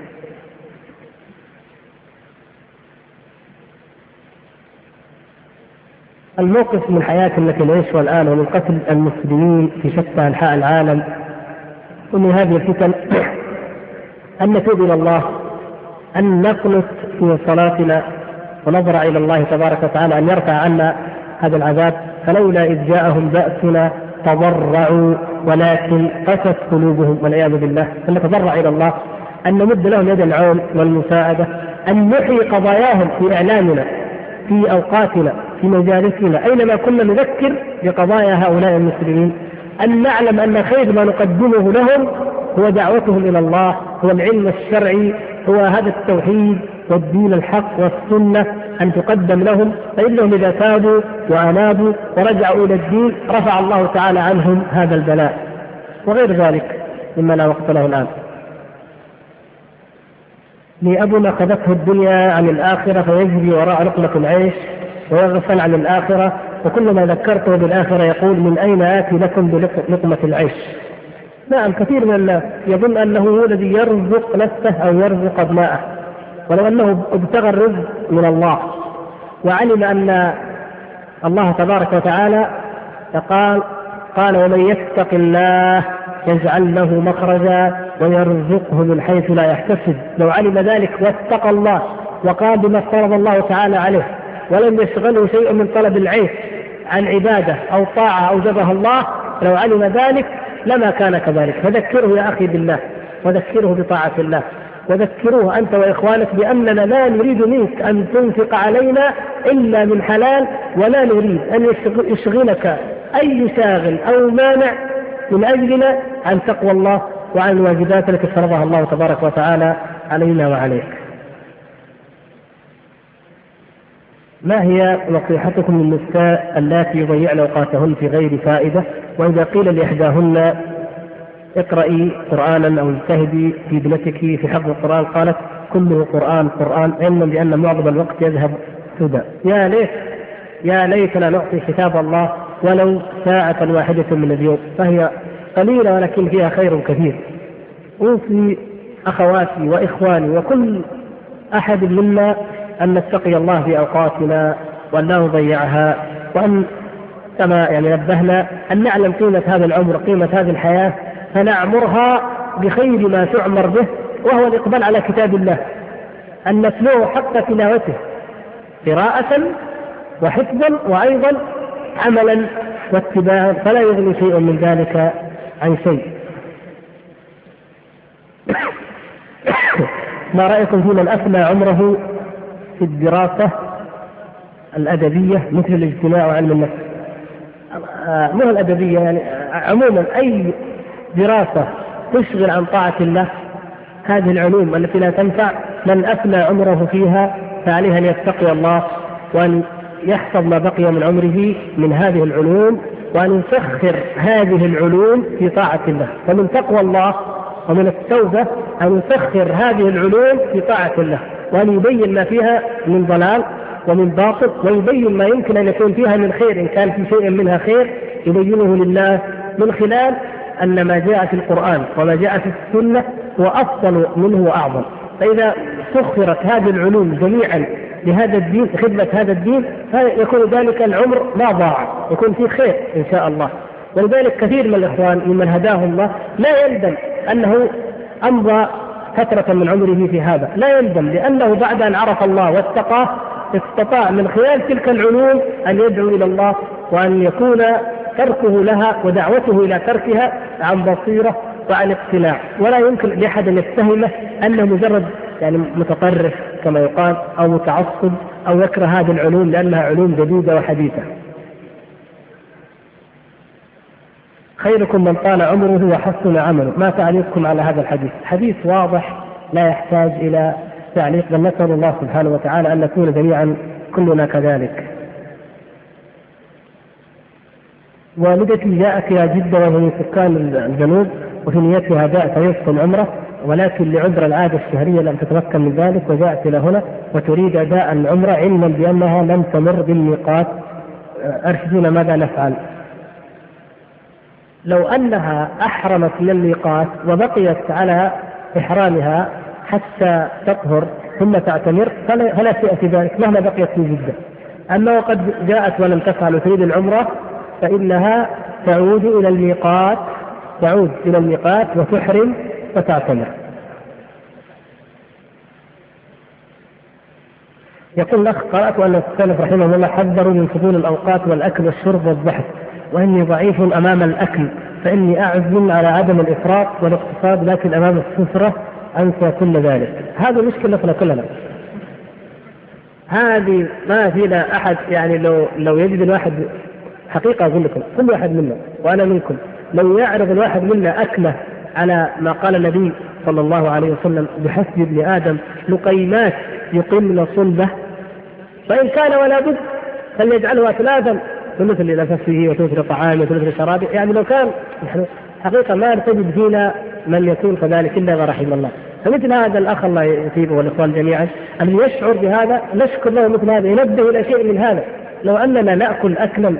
الموقف من حياة التي نعيشها الآن ومن قتل المسلمين في شتى أنحاء العالم ومن هذه الفتن أن نتوب إلى الله، أن نقنت في صلاتنا ونظر إلى الله تبارك وتعالى أن يرفع عنا هذا العذاب. فلولا إذ جاءهم بأسنا تضرعوا ولكن قست قلوبهم والعياذ بالله. أن نتضرع إلى الله، أن نمد لهم يد العون والمساعدة، أن نحيي قضاياهم في إعلامنا في أوقاتنا في مجالسنا أينما كنا نذكر بقضايا هؤلاء المسلمين، أن نعلم أن خير ما نقدمه لهم هو دعوتهم إلى الله، هو العلم الشرعي، هو هذا التوحيد والدين الحق والسنة أن تقدم لهم. فإنهم إذا تابوا وأنابوا ورجعوا إلى الدين رفع الله تعالى عنهم هذا البلاء وغير ذلك مما لا وقت له الآن. لأب أخذته الدنيا عن الآخرة فيجري وراء لقمة العيش ويغفل عن الآخرة، وكلما ذكرته بالآخرة يقول من أين آتي لكم بلقمة العيش. نعم، كثير من الناس يظن أنه هو الذي يرزق نفسه أو يرزق أبنائه، ولو أنه ابتغى الرزق من الله وعلم أن الله تبارك وتعالى قال ومن يتق الله يجعل له مخرجا ويرزقه من حيث لا يحتسب. لو علم ذلك واتقى الله وقام بما افترض الله تعالى عليه ولم يشغله شيء من طلب العيش عن عبادة أو طاعة أوجبها الله، لو علم ذلك لما كان كذلك. فذكره يا أخي بالله، وذكره بطاعة الله، وذكروه أنت وإخوانك بأننا لا نريد منك أن تنفق علينا إلا من حلال، ولا نريد أن يشغلك أي شاغل أو مانع من أجلنا عن تقوى الله وعن الواجبات التي فرضها الله تبارك وتعالى علينا وعليك. ما هي نصيحتكم للنساء اللاتي يضيعن أوقاتهن في غير فائدة، وإذا قيل لإحداهن اقرأي قرآنا أو اجتهدي في ابنتك في حفظ القرآن قالت كله قرآن قرآن، علما بأن معظم الوقت يذهب سدى؟ يا ليتنا نعطي كتاب الله ولو ساعة واحدة من اليوم، فهي قليلة ولكن فيها خير كثير. أوصي أخواتي وإخواني وكل أحد منا أن نتقي الله في أوقاتنا وأن لا نضيعها، وأن كما نبهنا أن نعلم قيمة هذا العمر، قيمة هذه الحياة، فنعمرها بخير ما تعمر به، وهو الإقبال على كتاب الله، أن نتلوه حق تلاوته قراءة وحفظا وأيضا عملا واتباعا، فلا يغني شيء من ذلك عن شيء. ما رأيكم في من أفنى عمره في الدراسة الأدبية مثل الاجتماع وعلم النفس؟ مو الأدبية، عموما أي دراسة تشغل عن طاعة الله، هذه العلوم التي لا تنفع، من أفنى عمره فيها فعليه أن يتقي الله وأن يحفظ ما بقي من عمره من هذه العلوم وأن يسخر هذه العلوم في طاعة الله. فمن تقوى الله ومن التوبة أن يسخر هذه العلوم في طاعة الله، وأن يبين ما فيها من ضلال ومن باطل، ويبين ما يمكن أن يكون فيها من خير، إن كان في شيء منها خير يبينه لله من خلال أن ما جاء في القرآن وما جاء في السنة هو أفضل منه وأعظم. فإذا سخرت هذه العلوم جميعا لهذا الدين، خدمة هذا الدين، يكون ذلك العمر ما ضاع، يكون فيه خير إن شاء الله. ولذلك كثير من الإخوان ممن هداه الله لا يندم أنه أمضى فترة من عمره في هذا، لا يندم، لأنه بعد أن عرف الله واتقاه استطاع من خلال تلك العلوم أن يدعو إلى الله، وأن يكون تركه لها ودعوته إلى تركها عن بصيرة وعن اقتناع. ولا يمكن لأحد أن يتهمه أنه مجرد متطرف كما يقال، أو متعصب، أو يكره هذه العلوم لأنها علوم جديدة وحديثة. خيركم من طال عمره وحسن عمله. ما تعليقكم على هذا الحديث؟ حديث واضح لا يحتاج إلى تعليق، بل نسأل الله سبحانه وتعالى أن نكون جميعا كلنا كذلك. والدتي جاءت إلى جدة وهي من سكان الجنوب، وفي نيتها جاءت يوم عمرة، ولكن لعذر العادة الشهرية لم تتمكن من ذلك وجاءت إلى هنا وتريد أداء العمرة علما بأنها لم تمر بالميقات. أرشدونا ماذا نفعل؟ لو أنها أحرمت من الميقات وبقيت على إحرامها حتى تطهر ثم تعتمر فلا شيء في ذلك مهما بقيت في جدة. أما وقد جاءت ولم تفعل وتريد العمرة فإنها تعود إلى الميقات وتحرم وتعتمر. يقول الأخ: قرأت أن السلف رحمه الله حذروا من فضول الأوقات والأكل والشرب والضحك، وإني ضعيف أمام الأكل، فإني أعزم على عدم الإفراط والاقتصاد، لكن أمام السفرة أنسى كل ذلك. هذه مشكلتنا كلنا، هذه ما فينا أحد. لو يجد الواحد، حقيقة أقول لكم كل واحد منا وأنا منكم، لو يعرض الواحد منا أكله على ما قال النبي صلى الله عليه وسلم: بحسب ابن آدم لقيمات يقمن صلبه، فإن كان ولا بد فليجعلها ثلاثا، ثلث لنفسه وثلث لطعامه وثلث لشرابه. لو كان حقيقة ما تجد فينا من يكون كذلك إلا ما رحم الله. فمثل هذا الأخ الله يثيبه والإخوان جميعا أن يشعر بهذا، نشكر له مثل هذا، ينبه إلى شيء من هذا. لو أننا نأكل أكلا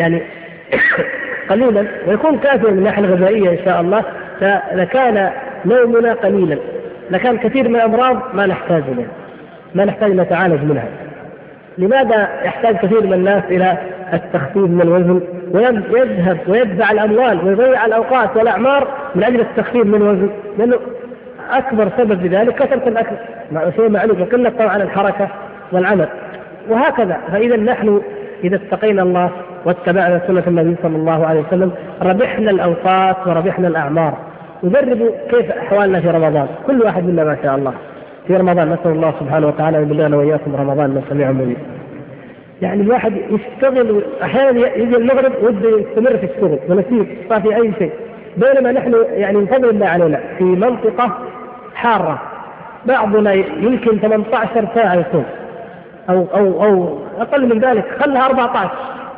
قليلا ويكون كافيا من الناحية الغذائية إن شاء الله، لكان نومنا قليلا، لكان كثير من الأمراض ما نحتاج إليها، ما نحتاج نتعالج منها. لماذا يحتاج كثير من الناس إلى التخفيف من الوزن ويذهب ويدفع الأموال ويضيع الأوقات والأعمار من أجل التخفيف من الوزن؟ لأنه أكبر سبب لذلك كثرة الأكل، شيء معلوم، وقلة طبعا الحركة والعمل وهكذا. فإذا نحن إذا اتقينا الله واتبعنا سنة النبي صلى الله عليه وسلم ربحنا الأوقات وربحنا الأعمار. نجرب كيف أحوالنا في رمضان، كل واحد منا ما شاء الله في رمضان، نسأل الله سبحانه وتعالى أن يبلغنا وإياكم رمضان من سميع منيب. الواحد يشتغل، أحيانا يجي المغرب ويبدأ يستمر في الشغل ونسيب ما في أي شيء، بينما نحن من فضل الله علينا في منطقة حارة، بعضنا يمكن 18 ساعة يصوم أو أقل من ذلك، خلها 14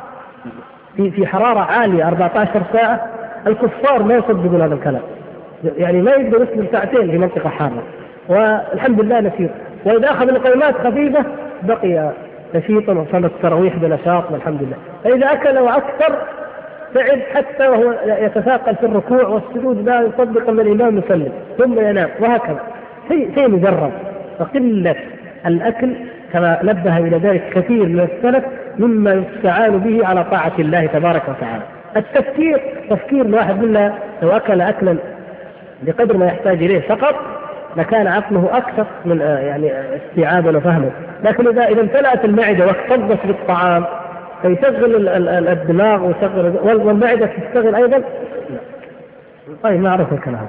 في حرارة عالية 14 ساعة. الكفار ما يصدقون هذا الكلام، ما يقدر يسلم ساعتين في منطقة حارة، والحمد لله نشيط. وإذا أخذ القيمات خفيفة بقي نشيطا وصلى التراويح بنشاط والحمد لله. فإذا أكل وأكثر تعب حتى وهو يتثاقل في الركوع والسجود لا يصدق أن الإمام يسلم ثم ينام، وهكذا شيء مجرد. فقلة الأكل كما نبه إلى ذلك كثير من السلف مما يستعان به على طاعة الله تبارك وتعالى. تفكير الواحد منا لو أكل أكلا بقدر ما يحتاج إليه فقط لكان عقله أكثر من استيعابا وفهما. لكن إذا امتلأت المعدة واكتظت بالطعام فيشغل الدماغ والمعدة تشتغل أيضا. طيب ما أعرف الكلام.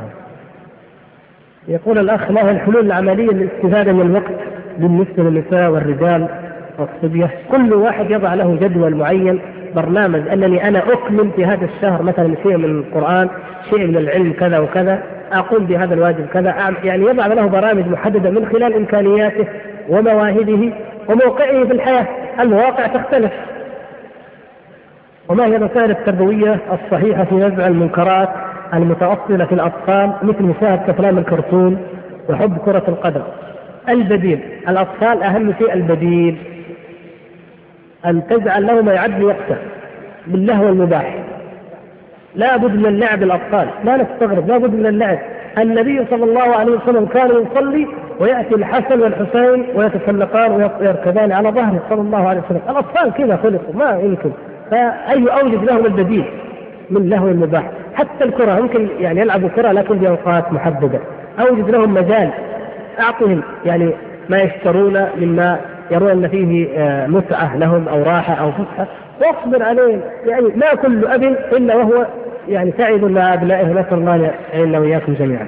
يقول الأخ: ما هي الحلول العملية للاستفادة من الوقت بالنسبة للنساء والرجال والصبية؟ كل واحد يضع له جدول معين، برنامج أنني أنا أكمل في هذا الشهر مثلا شيء من القرآن، شيء من العلم كذا وكذا، أقوم بهذا الواجب كذا، يضع له برامج محددة من خلال إمكانياته ومواهبه وموقعه في الحياة. المواقع تختلف، وما هي الوسائل التربوية الصحيحة في نزع المنكرات المتأصلة في الأطفال مثل مشاهدة أفلام الكرتون وحب كرة القدم؟ البديل، الأطفال أهم شيء البديل، أن تجعل له ما يعد وقته باللهو المباح. لا بد من اللعب الأطفال، لا نستغرب، لا بد من اللعب. النبي صلى الله عليه وسلم كان يصلي ويأتي الحسن والحسين ويتسلقان ويركبان على ظهره صلى الله عليه وسلم. الأطفال كذا خلقوا، ما يمكن. فأي أوجد لهم البديل من لهو المباح. حتى الكرة يمكن يعني يلعبوا كرة لكن بأوقات محددة. أوجد لهم مجال، أعطهم يعني ما يشترون مما يرون أن فيه متعة لهم أو راحة أو فسحة، واصبر عليهم. يعني ما كل أب إلا وهو يعني سعيد مع أبنائه، نسأل الله إلا وإياكم جميعا.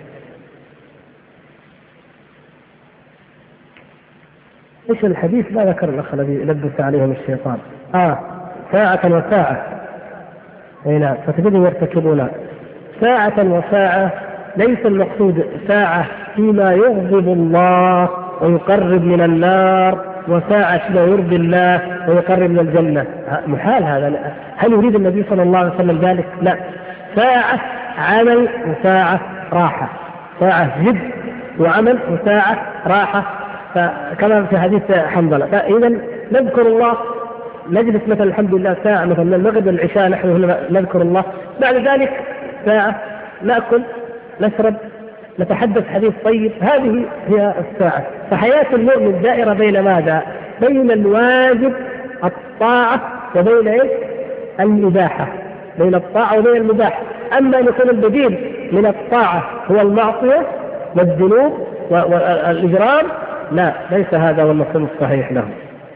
إيش الحديث؟ لا ذكر الأخ الذي لبس عليهم الشيطان. ساعة وساعة. نعم، فتجدوا يرتكبون ساعة وساعة. ليس المقصود ساعة فيما يغضب الله ويقرب من النار، وساعة فيما يرضي الله ويقرب من الجنة. محال هذا. هل يريد النبي صلى الله عليه وسلم ذلك؟ لا. ساعة عمل وساعة راحة، ساعة جد وعمل وساعة راحة، فكما في حديث حنظلة. فإذا نذكر الله، نجلس مثلا الحمد لله ساعة مثلا من المغرب والعشاء نحن هنا نذكر الله، بعد ذلك ساعة نأكل نشرب نتحدث حديث طيب. هذه هي الساعة. فحياة المؤمن دائرة بين ماذا؟ بين الواجب الطاعة وبين الإباحة، بين الطاعة وبين المباح. أما أن يكون البديل من الطاعة هو المعصية والذنوب والإجرام، لا، ليس هذا هو المفهوم الصحيح له.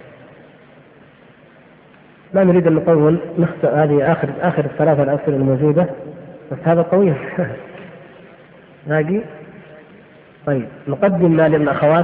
لا نريد أن نطول، هذه آخر الثلاثة الأسئلة الموجودة، بس هذا طويل. باقي. طيب نقدم ما للأخوات.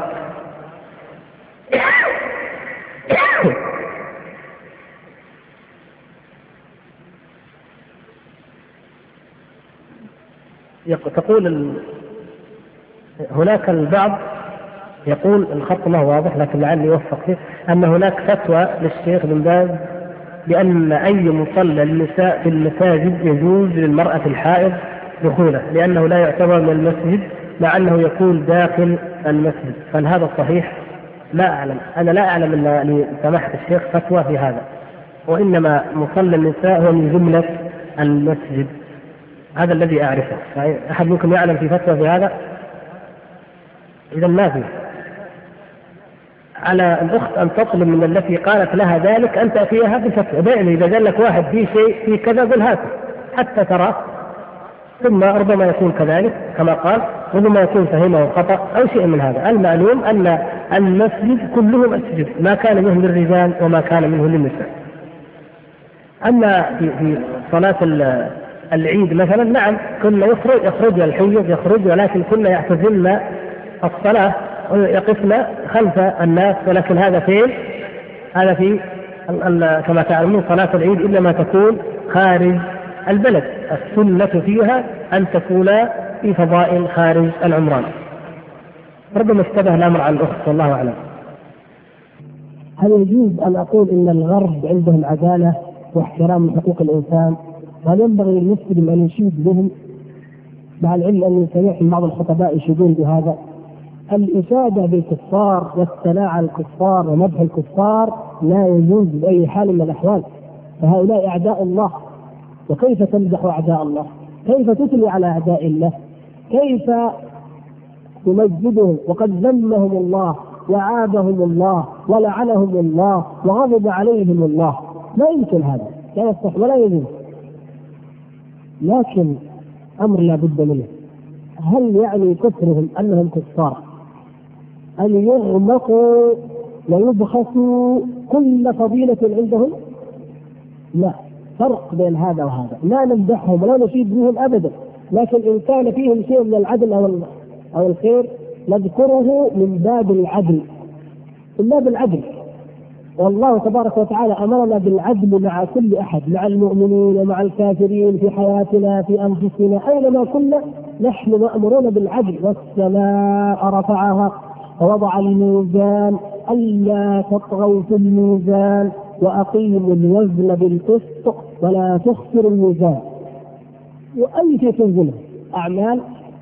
تقول هناك البعض يقول، الخط ما هو واضح لكن لعلي يوفق فيه، أن هناك فتوى للشيخ بن باز بأن أي مصلى للنساء في المساجد يجوز للمرأة الحائض دخوله، لأنه لا يعتبر من المسجد مع أنه يكون داخل المسجد. فهل هذا صحيح؟ لا أعلم، أنا لا أعلم أن سماحة الشيخ فتوى في هذا، وإنما مصلى النساء هو من جملة المسجد، هذا الذي أعرفه. أحد منكم يعلم في فتوى في هذا؟ إذا ما فيه. على الأخت أن تطلب من التي قالت لها ذلك أن تأتيها بفتوى. دائما إذا قال لك واحد في شيء في كذا قل هاته حتى ترى، ثم ربما يكون كذلك كما قال، ربما يكون فهمه خطأ أو شيء من هذا. المعلوم أن المسجد كله مسجد، ما كان منه للرجال وما كان منه للنساء. أما في صلاة العيد مثلا، نعم كنا يخرج الحيض يخرج، ولكن كنا يعتزلن الصلاة ويقفن خلف الناس. ولكن هذا فين؟ هذا في كما تعلمون صلاة العيد إنما تكون خارج البلد، السنة فيها أن تكون في فضاء خارج العمران. ربما اشتبه الأمر على الأخت والله أعلم. هل يجوز أن أقول إن الغرب عندهم عدالة واحترام حقوق الإنسان، وهل ينبغي للمسلم أن يشيد بهم، مع العلم أن سمعت بعض الخطباء يشيدون بهذا؟ الإشادة بالكفار والثناء على الكفار ومدح الكفار لا يجوز بأي حال من الأحوال، فهؤلاء أعداء الله. وكيف تمدح أعداء الله؟ كيف تثني على أعداء الله؟ كيف تمجدهم وقد ذمهم الله وعابهم الله ولعنهم الله وغضب عليهم الله؟ لا يمكن هذا، لا يصح ولا يجوز. لكن أمر لا بد منه. هل يعني كفرهم أنهم كفار أن يغمقوا ويبخسوا كل فضيلة عندهم؟ لا، فرق بين هذا وهذا. لا نمدحهم ولا نشيد بهم أبدا، لكن إن كان فيهم شيء من العدل أو الخير نذكره من باب العدل، من باب العدل. والله تبارك وتعالى أمرنا بالعدل مع كل أحد، مع المؤمنين ومع الكافرين، في حياتنا في أنفسنا أينما كنا نحن مأمورون بالعدل. والسماء رفعها ووضع الميزان ألا تطغوا في الميزان وأقيموا الوزن بالقسط ولا تخسروا الميزان. وأي شيء تنزله أعمال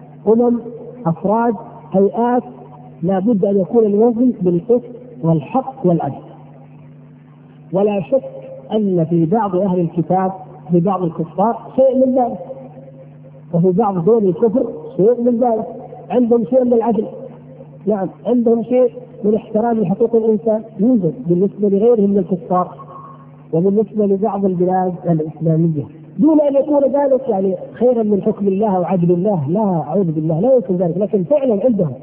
أفراد هيئات لا بد أن يكون الوزن بالقسط والحق والعدل. ولا شك أن في بعض أهل الكتاب في بعض الكفار شيء من ذلك، وفي بعض دول الكفر شيء من ذلك، عندهم شيء من العدل، نعم عندهم شيء من احترام حقوق الإنسان يوجد بالنسبة لغيرهم من الكفار وبالنسبة لبعض البلاد الإسلامية، دون أن يكون ذلك يعني خيرا من حكم الله وعدل الله، لا أعوذ بالله لا يكون ذلك، لكن فعلا عندهم.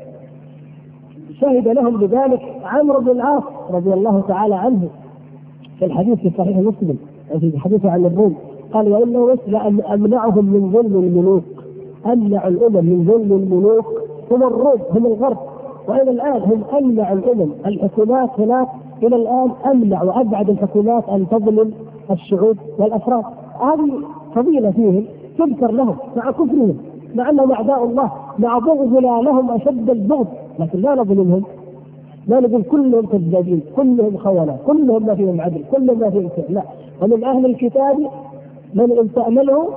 شهد لهم بذلك عمرو بن العاص رضي الله تعالى عنه في الحديث في صحيح مسلم في الحديث عن الروم، قال وإنه أمنعهم من ظلم الملوك، أمنع الأمم من ظلم الملوك هم الروم هم الغرب، وإلى الآن هم أمنع الأمم، الحكومات هناك إلى الآن أمنع وأبعد الحكومات أن تظلم الشعوب والأفراد. هذه فضيلة فيهم تذكر لهم مع كفرهم، مع أنهم أعداء الله، مع بغضنا لهم أشد البغض، لكن لا نظلمهم، لا نقول كلهم كذابين، كلهم خونة، كلهم ما فيهم عدل، كلهم ما فيهم لا. ومن أهل الكتاب من إن تأمنه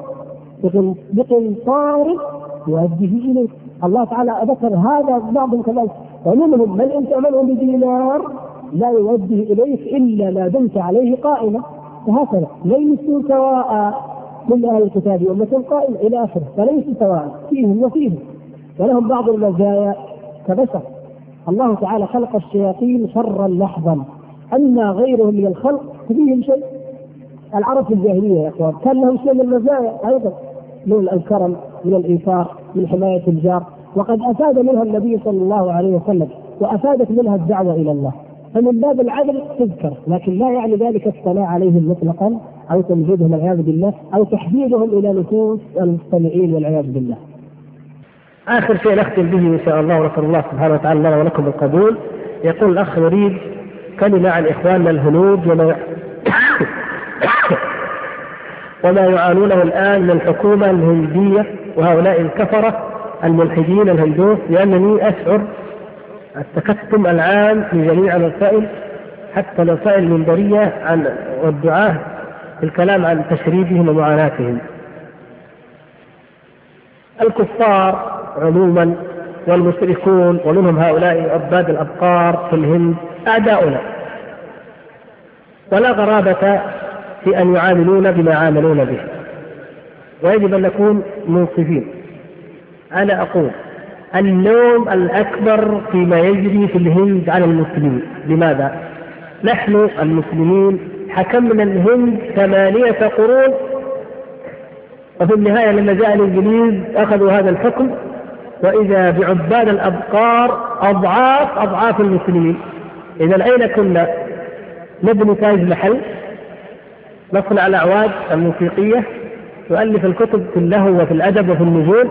بقنطار يؤديه إليك. الله تعالى ذكر هذا بعضهم كذلك. ومنهم من إن تأمنه بدينار لا يؤديه إليك إلا ما دمت عليه قائمة. وهكذا ليسوا سواء من أهل الكتاب أمة قائمة إلى آخره، فليسوا سواء فيهم وفيهم، ولهم بعض المزايا كبشر. الله تعالى خلق الشياطين شرا لحظا، أما غيرهم من الخلق فيهم شيء. العرب في الجاهلية يا أخوان كان لهم شيء من المزايا أيضا، من الكرم، من الإيثار، من حماية الجار، وقد أفاد منها النبي صلى الله عليه وسلم، وأفادت منها الدعوة إلى الله. فمن باب العدل تذكر، لكن لا يعني ذلك الثناء عليهم مطلقا أو تمجيدهم والعياذ بالله أو تحديدهم إلى نفوس المستمعين والعياذ بالله. آخر شيء نختم به إن شاء الله ونسأل الله سبحانه وتعالى لنا ولكم القبول. يقول الأخ يريد كلمة عن إخواننا الهنود وما يعانونه الآن من الحكومة الهندية وهؤلاء الكفرة الملحدين الهندوس، لأنني أشعر التكتم العام في جميع الوسائل حتى الوسائل المنبرية عن والدعاة في الكلام عن تشريدهم ومعاناتهم. الكفار عموما والمشركون ومنهم هؤلاء عباد الأبقار في الهند أعداؤنا، ولا غرابة في أن يعاملون بما عاملون به، ويجب أن نكون منصفين. أنا أقول اللوم الأكبر فيما يجري في الهند على المسلمين. لماذا؟ نحن المسلمين حكمنا الهند 8 قرون، وفي النهاية لما جاء الإنجليز أخذوا هذا الحكم، وإذا بعباد الأبقار أضعاف المسلمين. إذا أين كنا؟ نبني تاج محل، نصنع الأعواد الموسيقية، نؤلف الكتب في اللهو وفي الأدب وفي النجوم،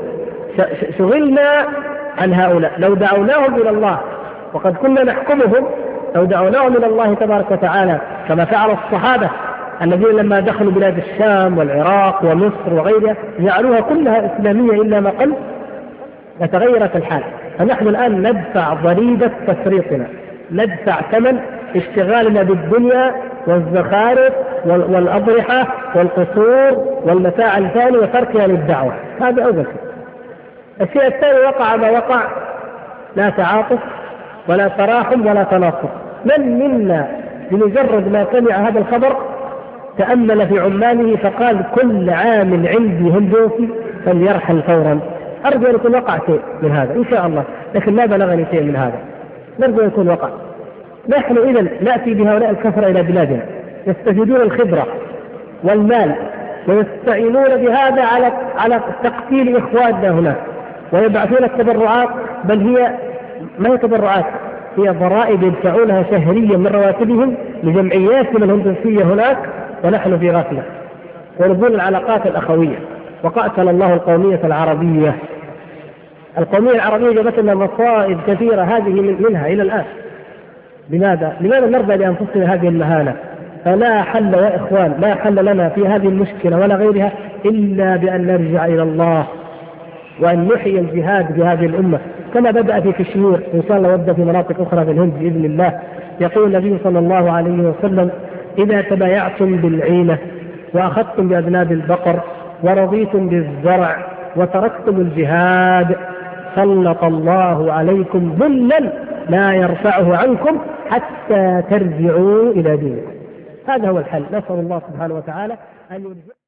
شغلنا عن هؤلاء. لو دعوناهم إلى الله وقد كنا نحكمهم، لو دعوناهم إلى الله تبارك وتعالى كما فعل الصحابة الذين لما دخلوا بلاد الشام والعراق ومصر وغيرها جعلوها كلها إسلامية إلا ما قل، لتغيرت الحال. فنحن الآن ندفع ضريبة تفريطنا، ندفع ثمن اشتغالنا بالدنيا والزخارف والأضرحة والقصور والمتاع الثاني وتركها للدعوة. هذا أول شيء. الشيء الثاني وقع ما وقع، لا تعاطف ولا تراحم ولا تناصر. من منا بمجرد ما سمع هذا الخبر تأمل في عماله فقال كل عام عندي هندوسي فليرحل فورا. أرجو أن يكون وقع شيء من هذا إن شاء الله، لكن لا بلغني شيء من هذا، نرجو أن يكون وقع. نحن إذن نأتي بهؤلاء الكفرة إلى بلادنا يستفيدون الخبرة والمال ويستعينون بهذا على تقتيل إخواننا هناك، ويبعثون التبرعات، بل هي ما هي تبرعات، هي ضرائب يدفعونها شهريا من رواتبهم لجمعياتنا الهندوسية هناك، ونحن في غفلة ونبذل العلاقات الأخوية. وقاتل الله القومية العربية. القومية العربية جابت لنا مصائب كثيرة، هذه منها إلى الآن. لماذا نرضى لأنفسنا هذه المهانة؟ فلا حل يا إخوان، لا حل لنا في هذه المشكلة ولا غيرها إلا بأن نرجع إلى الله وأن نحيي الجهاد بهذه الأمة كما بدأ في كشمير، إن شاء الله ودى في مناطق أخرى في الهند بإذن الله. يقول النبي صلى الله عليه وسلم إذا تبايعتم بالعينة وأخذتم بأذناب البقر ورضيتم بالزرع وتركتم الجهاد سلط الله عليكم ظلا لا يرفعه عنكم حتى ترجعوا إلى دينكم. هذا هو الحل. نسأل الله سبحانه وتعالى أن يرجع